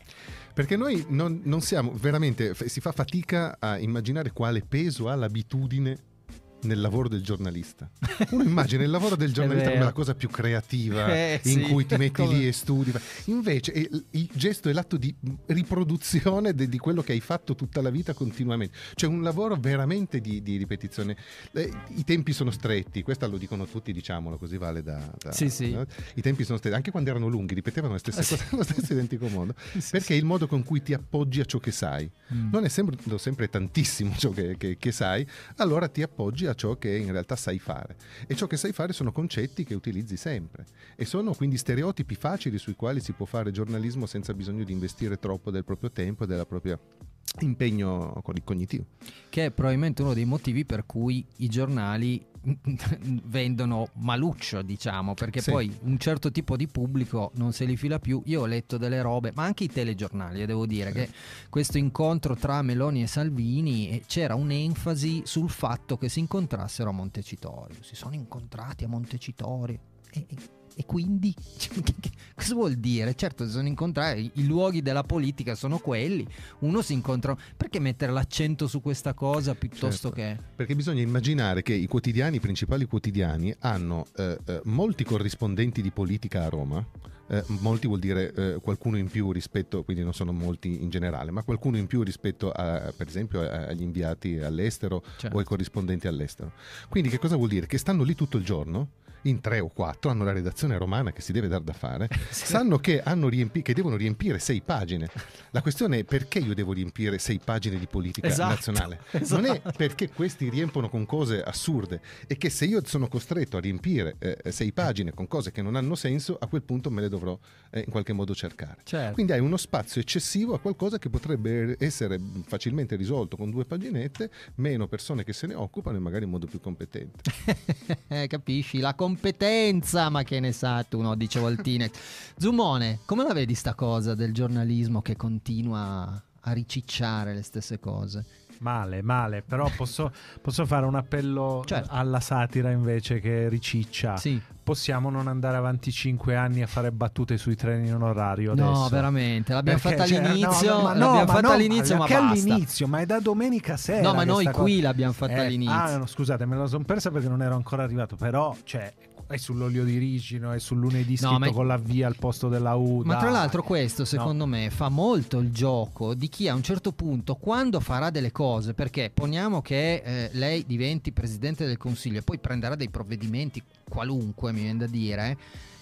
S5: Perché noi non, non siamo veramente, si fa fatica a immaginare quale peso ha l'abitudine nel lavoro del giornalista. Uno immagina il lavoro del giornalista come la cosa più creativa,
S2: eh,
S5: in
S2: sì.
S5: cui ti metti
S2: come...
S5: lì e studi. Invece il, il gesto è l'atto di riproduzione de, di quello che hai fatto tutta la vita continuamente. Cioè un lavoro veramente di, di ripetizione. Eh, I tempi sono stretti, questo lo dicono tutti, diciamolo, così vale da... da
S2: sì, sì.
S5: No? I tempi sono stretti, anche quando erano lunghi, ripetevano le stesse cose nello stesso identico modo.
S2: Sì,
S5: perché è il modo con cui ti appoggi a ciò che sai.
S2: Mm.
S5: Non è sempre, sempre tantissimo ciò che, che, che sai, allora ti appoggi a ciò che in realtà sai fare, e ciò che sai fare sono concetti che utilizzi sempre e sono quindi stereotipi facili sui quali si può fare giornalismo senza bisogno di investire troppo del proprio tempo e del proprio impegno cognitivo,
S2: che è probabilmente uno dei motivi per cui i giornali vendono maluccio, diciamo, perché
S5: sì.
S2: poi un certo tipo di pubblico non se li fila più. Io ho letto delle robe, ma anche i telegiornali, e devo dire sì. che questo incontro tra Meloni e Salvini, c'era un'enfasi sul fatto che si incontrassero a Montecitorio, si sono incontrati a Montecitorio e, e E quindi cosa vuol dire? Certo, si sono incontrati, i luoghi della politica sono quelli, uno si incontra. Perché mettere l'accento su questa cosa piuttosto
S5: certo.
S2: che...
S5: Perché bisogna immaginare che i quotidiani, i principali quotidiani hanno eh, eh, molti corrispondenti di politica a Roma. Eh, molti vuol dire eh, qualcuno in più rispetto, quindi non sono molti in generale, ma qualcuno in più rispetto a, per esempio, agli inviati all'estero, certo. o ai corrispondenti all'estero. Quindi che cosa vuol dire? Che stanno lì tutto il giorno, in tre o quattro, hanno la redazione romana che si deve dar da fare, sì. sanno che, hanno riempi- che devono riempire sei pagine. La questione è: perché io devo riempire sei pagine di politica
S2: esatto,
S5: nazionale?
S2: Esatto.
S5: Non è perché questi riempono con cose assurde, e che se io sono costretto a riempire eh, sei pagine con cose che non hanno senso, a quel punto me le dovrò eh, in qualche modo cercare.
S2: Certo.
S5: Quindi hai uno spazio eccessivo a qualcosa che potrebbe essere facilmente risolto con due paginette, meno persone che se ne occupano e magari in modo più competente.
S2: Capisci? La competenza, ma che ne sa tu, no? Dice Voltine. Zumone, come la vedi sta cosa del giornalismo che continua a ricicciare le stesse cose?
S7: Male, male, però posso, posso fare un appello
S2: certo.
S7: alla satira invece che riciccia.
S2: Sì.
S7: Possiamo non andare avanti cinque anni a fare battute sui treni in orario adesso?
S2: No, veramente, l'abbiamo
S7: Perché,
S2: fatta
S7: cioè,
S2: all'inizio,
S7: no, no, ma
S2: l'abbiamo
S7: no,
S2: fatta
S7: ma no,
S2: all'inizio, ma,
S7: ma che
S2: basta.
S7: all'inizio, ma è da domenica sera.
S2: No, ma noi qui
S7: cosa...
S2: l'abbiamo fatta
S7: eh,
S2: all'inizio.
S7: Ah, no, scusate, me la sono persa perché non ero ancora arrivato, però, cioè, è sull'olio di ricino, è sul lunedì scritto no, ma... con la V al posto della U.
S2: Ma
S7: dai.
S2: tra l'altro questo, secondo no. me, fa molto il gioco di chi a un certo punto, quando farà delle cose, perché poniamo che eh, lei diventi Presidente del Consiglio e poi prenderà dei provvedimenti qualunque, mi viene da dire,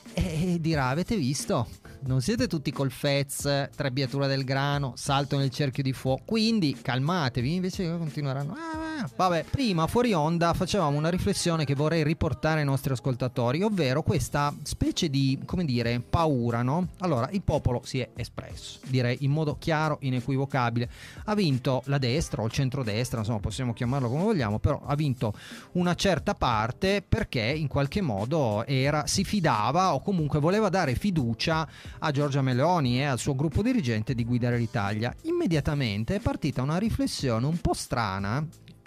S2: e dirà: avete visto? Non siete tutti col Fez, trebbiatura del grano, salto nel cerchio di fuoco, quindi calmatevi. Invece continueranno. Ah, vabbè, prima fuori onda facevamo una riflessione che vorrei riportare ai nostri ascoltatori, ovvero questa specie di, come dire, paura, no? Allora, il popolo si è espresso, direi in modo chiaro, inequivocabile. Ha vinto la destra o il centrodestra, insomma, possiamo chiamarlo come vogliamo, però ha vinto una certa parte perché in qualche modo era, si fidava o comunque voleva dare fiducia a Giorgia Meloni e al suo gruppo dirigente di guidare l'Italia. Immediatamente è partita una riflessione un po' strana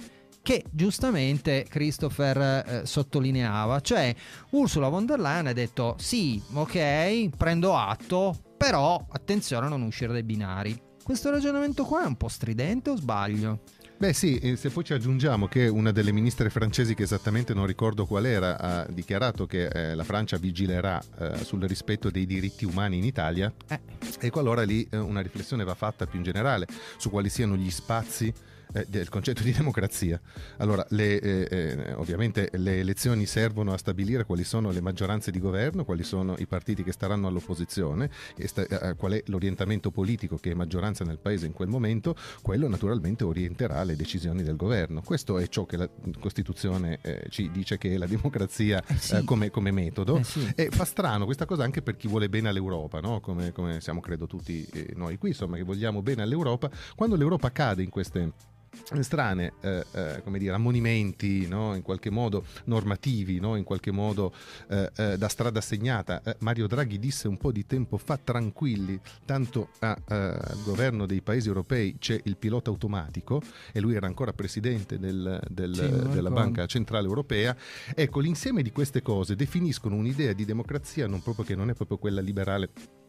S2: che giustamente Christopher eh, sottolineava, cioè Ursula von der Leyen ha detto: sì, ok, prendo atto, però attenzione a non uscire dai binari. Questo ragionamento qua è un po' stridente o sbaglio?
S5: Beh sì, se poi ci aggiungiamo che una delle ministre francesi, che esattamente non ricordo qual era, ha dichiarato che eh, la Francia vigilerà eh, sul rispetto dei diritti umani in Italia, eh. ecco allora lì eh, una riflessione va fatta più in generale su quali siano gli spazi eh, del concetto di democrazia. Allora, le, eh, eh, ovviamente le elezioni servono a stabilire quali sono le maggioranze di governo, quali sono i partiti che staranno all'opposizione, e sta, eh, qual è l'orientamento politico che è maggioranza nel paese in quel momento. Quello naturalmente orienterà le decisioni del governo. Questo è ciò che la Costituzione eh, ci dice che è la democrazia eh sì. eh, come, come metodo. Eh sì. E fa strano questa cosa anche per chi vuole bene all'Europa, no? Come, come siamo credo tutti eh, noi qui, insomma, che vogliamo bene all'Europa. Quando l'Europa cade in queste strane eh, eh, come dire ammonimenti, no? In qualche modo normativi, no? In qualche modo eh, eh, da strada segnata, eh, Mario Draghi disse un po' di tempo fa: tranquilli, tanto al eh, governo dei paesi europei c'è il pilota automatico, e lui era ancora presidente del, del, sì, della Banca Centrale Europea. Ecco, l'insieme di queste cose definiscono un'idea di democrazia non proprio che non è proprio quella liberale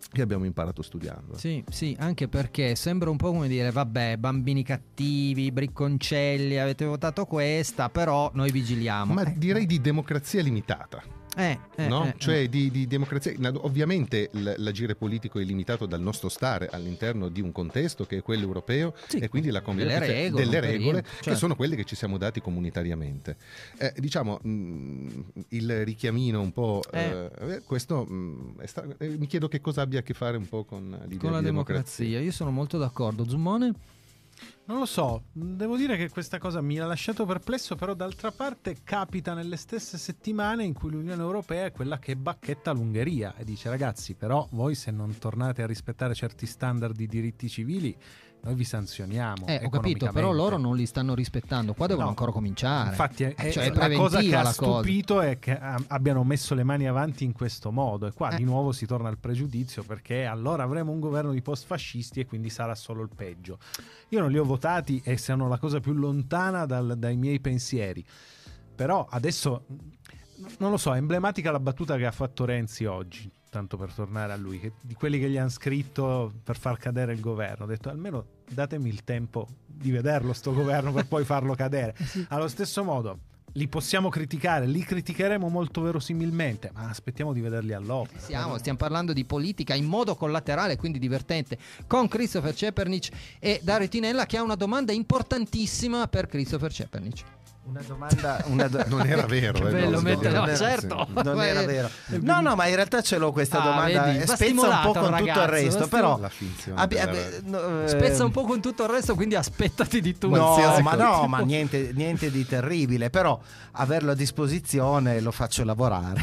S5: che abbiamo imparato studiando.
S2: Sì, sì, anche perché sembra un po' come dire, vabbè, bambini cattivi, bricconcelli, avete votato questa, però noi vigiliamo.
S5: Ma
S2: Eh,
S5: direi di democrazia limitata.
S2: Eh, eh,
S5: No?
S2: eh,
S5: Cioè
S2: eh.
S5: di, di democrazia. Ovviamente l- l'agire politico è limitato dal nostro stare all'interno di un contesto che è quello europeo,
S2: Sì,
S5: e quindi la convivenza
S2: delle regole,
S5: delle
S2: un
S5: regole
S2: periodo,
S5: che
S2: certo.
S5: sono quelle che ci siamo dati comunitariamente. Eh, diciamo mh, il richiamino un po'
S2: Eh.
S5: eh, questo mh, è sta- eh, mi chiedo che cosa abbia a che fare un po' con l'idea
S2: Con la
S5: di
S2: democrazia, io sono molto d'accordo. Zummone?
S7: Non lo so, devo dire che questa cosa mi ha lasciato perplesso, però d'altra parte capita nelle stesse settimane in cui l'Unione Europea è quella che bacchetta l'Ungheria e dice: ragazzi, però voi se non tornate a rispettare certi standard di diritti civili noi vi sanzioniamo.
S2: Eh, ho capito, però loro non li stanno rispettando, qua devono
S7: No,
S2: ancora cominciare.
S7: Infatti è,
S2: Eh, cioè, è
S7: la cosa che
S2: preventiva
S7: ha
S2: la cosa.
S7: stupito è che ah, abbiano messo le mani avanti in questo modo, e qua
S2: Eh.
S7: di nuovo si torna al pregiudizio, perché allora avremo un governo di post-fascisti e quindi sarà solo il peggio. Io non li ho votati e sono la cosa più lontana dal- dai miei pensieri, però adesso non lo so, è emblematica la battuta che ha fatto Renzi oggi, tanto per tornare a lui, che di quelli che gli hanno scritto per far cadere il governo, ha detto: almeno datemi il tempo di vederlo sto governo per poi farlo cadere. Allo stesso modo li possiamo criticare, li criticheremo molto verosimilmente, ma aspettiamo di vederli all'opera.
S2: Siamo, stiamo parlando di politica in modo collaterale, quindi divertente, con Christopher Cepernic e Dario Tinella, che ha una domanda importantissima per Christopher Cepernic.
S6: Una domanda, una do-
S5: Non era vero,
S2: Che
S5: eh,
S2: bello
S5: no,
S2: mettere-
S5: non
S2: no,
S5: era-
S2: certo.
S5: sì.
S6: non
S2: Ma
S6: era
S2: è-
S6: vero. No, no, ma in realtà ce l'ho questa
S2: Ah,
S6: domanda.
S2: vedi? Va
S6: Spezza un
S2: stimolato
S6: po' con
S2: il
S6: tutto il
S2: ragazzo,
S6: resto,
S2: va
S6: però
S5: La finzione
S6: abbi-
S5: della-
S6: abbi- no, eh,
S2: Spezza un po' con tutto il resto, quindi aspettati di tutto.
S6: No,
S5: Qualsiasi
S6: ma
S5: cosa.
S6: no, ma niente, niente di terribile, però averlo a disposizione lo faccio lavorare.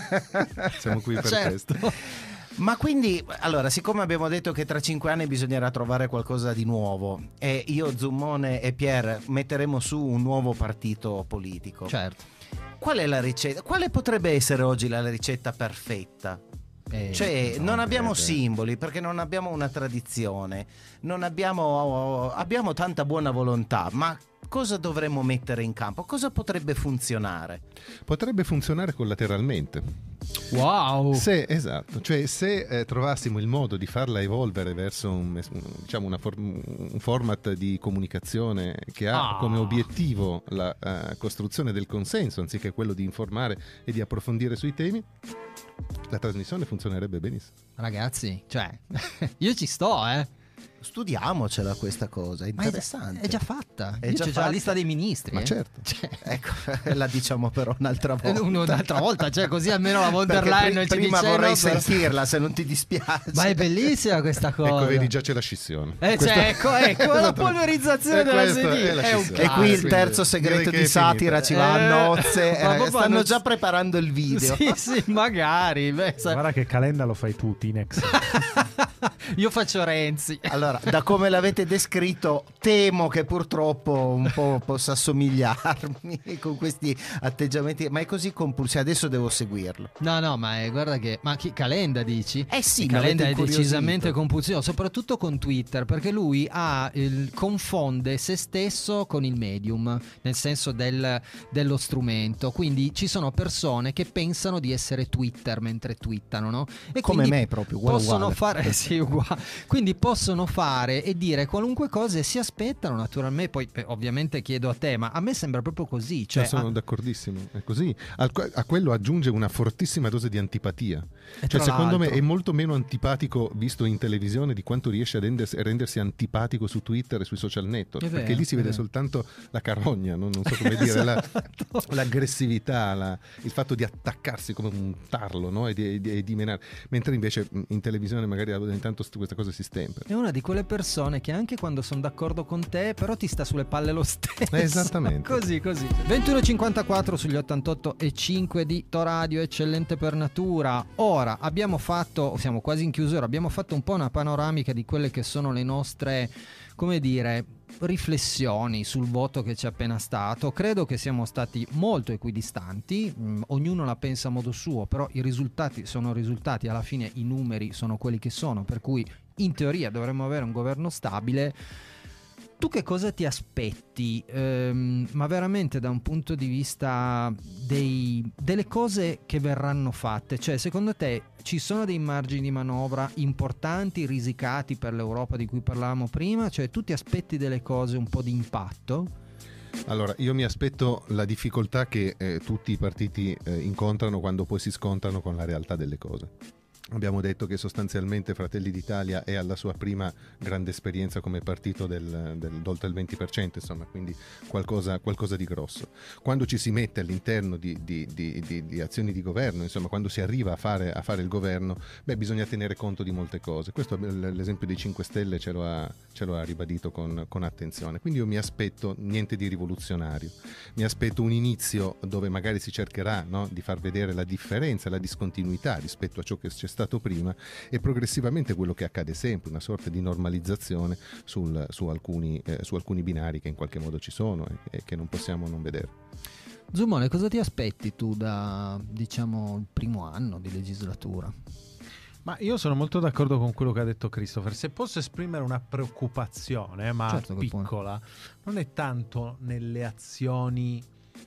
S5: Siamo qui per
S2: Certo.
S5: questo.
S6: Ma quindi, allora, siccome abbiamo detto che tra cinque anni bisognerà trovare qualcosa di nuovo, e io, Zummone e Pier metteremo su un nuovo partito politico,
S2: Certo.
S6: qual è la ricetta? Quale potrebbe essere oggi la ricetta perfetta?
S2: Eh,
S6: Cioè,
S5: no,
S6: non abbiamo
S5: eh, beh.
S6: simboli, perché non abbiamo una tradizione, non abbiamo, abbiamo tanta buona volontà, ma cosa dovremmo mettere in campo? Cosa potrebbe funzionare?
S5: Potrebbe funzionare collateralmente.
S2: Wow.
S5: Se, esatto, cioè se eh, trovassimo il modo di farla evolvere verso un, diciamo una for- un format di comunicazione che ha
S2: Ah.
S5: come obiettivo la eh, costruzione del consenso anziché quello di informare e di approfondire sui temi, la trasmissione funzionerebbe benissimo.
S2: Ragazzi, cioè, io ci sto, eh.
S6: Studiamocela questa cosa, è
S2: Ma è,
S6: interessante.
S2: è già fatta.
S6: È
S2: Io
S6: già
S2: c'ho già
S6: fatta.
S2: la lista dei ministri.
S5: Ma
S2: eh.
S5: certo.
S2: Cioè,
S6: Ecco, la diciamo però un'altra volta.
S2: uno un'altra volta, cioè così almeno la von der
S6: Perché
S2: Leyen
S6: pri-
S2: ci
S6: prima
S2: dice
S6: vorrei
S2: no, però-
S6: sentirla, se non ti dispiace.
S2: Ma è bellissima questa cosa.
S5: Ecco, vedi, già c'è la scissione.
S2: Eh,
S5: Questa-
S2: cioè, ecco, ecco la polverizzazione
S5: Eh,
S2: della
S5: questa
S2: C D
S5: è la
S2: è un
S5: scissione.
S6: E qui il
S5: quindi
S6: terzo segreto
S5: direi che
S6: di
S5: è
S6: satira
S5: finita.
S6: ci va a
S2: Eh,
S6: nozze.
S2: ma
S6: eh,
S2: proprio
S6: stanno
S2: non-
S6: già preparando il video.
S2: Sì, sì, magari. Beh, sa-
S7: Guarda che Calenda lo fai tu, Tinex.
S2: Io faccio Renzi.
S6: Allora, da come l'avete descritto, temo che purtroppo un po' possa assomigliarmi con questi atteggiamenti, ma è così compulsivo. Adesso devo seguirlo.
S2: No, no, ma eh, guarda che. Ma chi, Calenda dici?
S6: Eh sì,
S2: E
S6: mi
S2: Calenda è
S6: avete incuriosito.
S2: decisamente compulsivo, soprattutto con Twitter, perché lui ha il- confonde se stesso con il medium, nel senso del- dello strumento. Quindi ci sono persone che pensano di essere Twitter mentre twittano, no? E
S6: Come
S2: quindi
S6: me proprio, uguale,
S2: possono
S6: uguale.
S2: fare sì, uguale. Quindi possono fare e dire qualunque cosa e si aspettano naturalmente. Poi eh, ovviamente chiedo a te, ma a me sembra proprio così. Cioè,
S5: Cioè, sono
S2: ah,
S5: d'accordissimo, è così. Al- a quello aggiunge una fortissima dose di antipatia.
S2: E
S5: Cioè,
S2: tra
S5: secondo me
S2: l'altro-
S5: è molto meno antipatico visto in televisione di quanto riesce a rendersi, a rendersi antipatico su Twitter e sui social network.
S2: È vero,
S5: perché lì si
S2: è
S5: vede
S2: vero.
S5: soltanto la carogna, no? Non so come dire, la-
S2: Esatto.
S5: l'aggressività, la- il fatto di attaccarsi come un tarlo, no? e, di, di- e di menare. Mentre invece mh, in televisione magari ogni tanto st- questa cosa si stempera.
S2: È una di quelle persone che anche quando sono d'accordo con te, però ti sta sulle palle lo stesso.
S5: Esattamente.
S2: Così, così. ventuno e cinquantaquattro sugli ottantotto e cinque di Toradio, eccellente per natura. Ora abbiamo fatto, siamo quasi in chiusura, abbiamo fatto un po' una panoramica di quelle che sono le nostre, come dire, riflessioni sul voto che c'è appena stato. Credo che siamo stati molto equidistanti, mm, ognuno la pensa a modo suo, però i risultati sono risultati, alla fine i numeri sono quelli che sono, per cui in teoria dovremmo avere un governo stabile. Tu che cosa ti aspetti, ehm, ma veramente da un punto di vista dei, delle cose che verranno fatte? Cioè, secondo te ci sono dei margini di manovra importanti, risicati per l'Europa di cui parlavamo prima? Cioè, tu ti aspetti delle cose un po' di impatto?
S5: Allora, io mi aspetto la difficoltà che eh, tutti i partiti eh, incontrano quando poi si scontrano con la realtà delle cose. Abbiamo detto che sostanzialmente Fratelli d'Italia è alla sua prima grande esperienza come partito del, del, oltre il venti per cento, insomma, quindi qualcosa, qualcosa di grosso. Quando ci si mette all'interno di, di, di, di, di azioni di governo, insomma, quando si arriva a fare, a fare il governo, beh, bisogna tenere conto di molte cose. Questo l'esempio dei cinque Stelle ce lo ha, ce lo ha ribadito con, con attenzione. Quindi io mi aspetto niente di rivoluzionario, mi aspetto un inizio dove magari si cercherà, no, di far vedere la differenza, la discontinuità rispetto a ciò che c'è stato prima, e progressivamente quello che accade sempre, una sorta di normalizzazione sul, su, alcuni, eh, su alcuni binari che in qualche modo ci sono e, e che non possiamo non vedere.
S2: Zumone, cosa ti aspetti tu da, diciamo, il primo anno di legislatura?
S7: Ma io sono molto d'accordo con quello che ha detto Christopher. Se posso esprimere una preoccupazione, ma
S2: certo
S7: piccola, non è tanto nelle azioni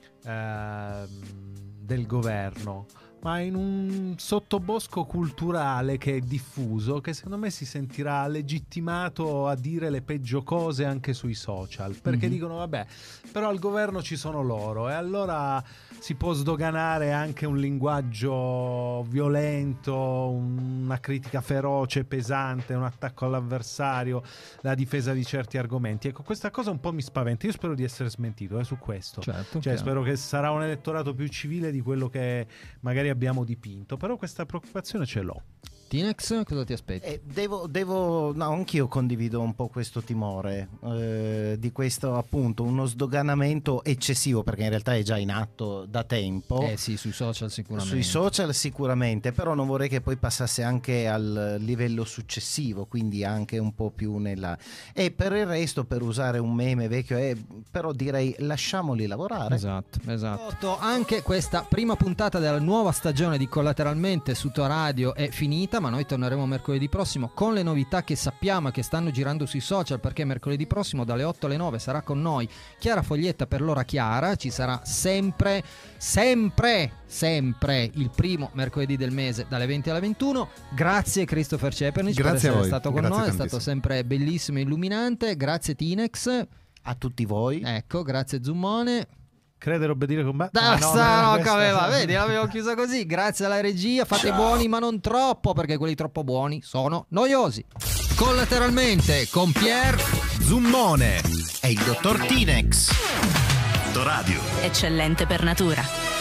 S7: eh, del governo, ma in un sottobosco culturale che è diffuso, che secondo me si sentirà legittimato a dire le peggio cose anche sui social, perché mm-hmm. dicono vabbè, però al governo ci sono loro, e allora si può sdoganare anche un linguaggio violento, una critica feroce, pesante, un attacco all'avversario, la difesa di certi argomenti. Ecco, questa cosa un po' mi spaventa. Io spero di essere smentito eh, su questo,
S2: certo,
S7: cioè spero che sarà un elettorato più civile di quello che magari abbiamo dipinto, però questa preoccupazione ce l'ho.
S2: Tinex, cosa ti aspetti?
S6: Eh, devo, devo, no, anch'io condivido un po' questo timore eh, di questo, appunto, uno sdoganamento eccessivo, perché in realtà è già in atto da tempo.
S2: Eh sì, sui social sicuramente.
S6: Sui social sicuramente, però non vorrei che poi passasse anche al livello successivo, quindi anche un po' più nella... E per il resto, per usare un meme vecchio, eh, però direi lasciamoli lavorare.
S2: Esatto, esatto. Anche questa prima puntata della nuova stagione di Collateralmente su Tua Radio è finita, ma noi torneremo mercoledì prossimo con le novità che sappiamo e che stanno girando sui social, perché mercoledì prossimo dalle otto alle nove sarà con noi Chiara Foglietta per l'ora Chiara. Ci sarà sempre, sempre, sempre il primo mercoledì del mese dalle venti alle ventuno. Grazie Christopher Cepernic per essere stato con
S5: Grazie
S2: noi,
S5: tantissimo.
S2: è stato sempre bellissimo e illuminante. Grazie Tinex.
S6: A tutti voi.
S2: Ecco, grazie Zummone.
S7: Credere, obbedire, combattere.
S2: Da,
S7: Ah, no,
S2: sta,
S7: no,
S2: no,
S7: questa-
S2: aveva, vedi, l'avevo chiusa così. Grazie alla regia, fate i buoni ma non troppo, perché quelli troppo buoni sono noiosi.
S3: Collateralmente con Pier Zummone e il dottor Tinex. Radio.
S8: Eccellente per natura.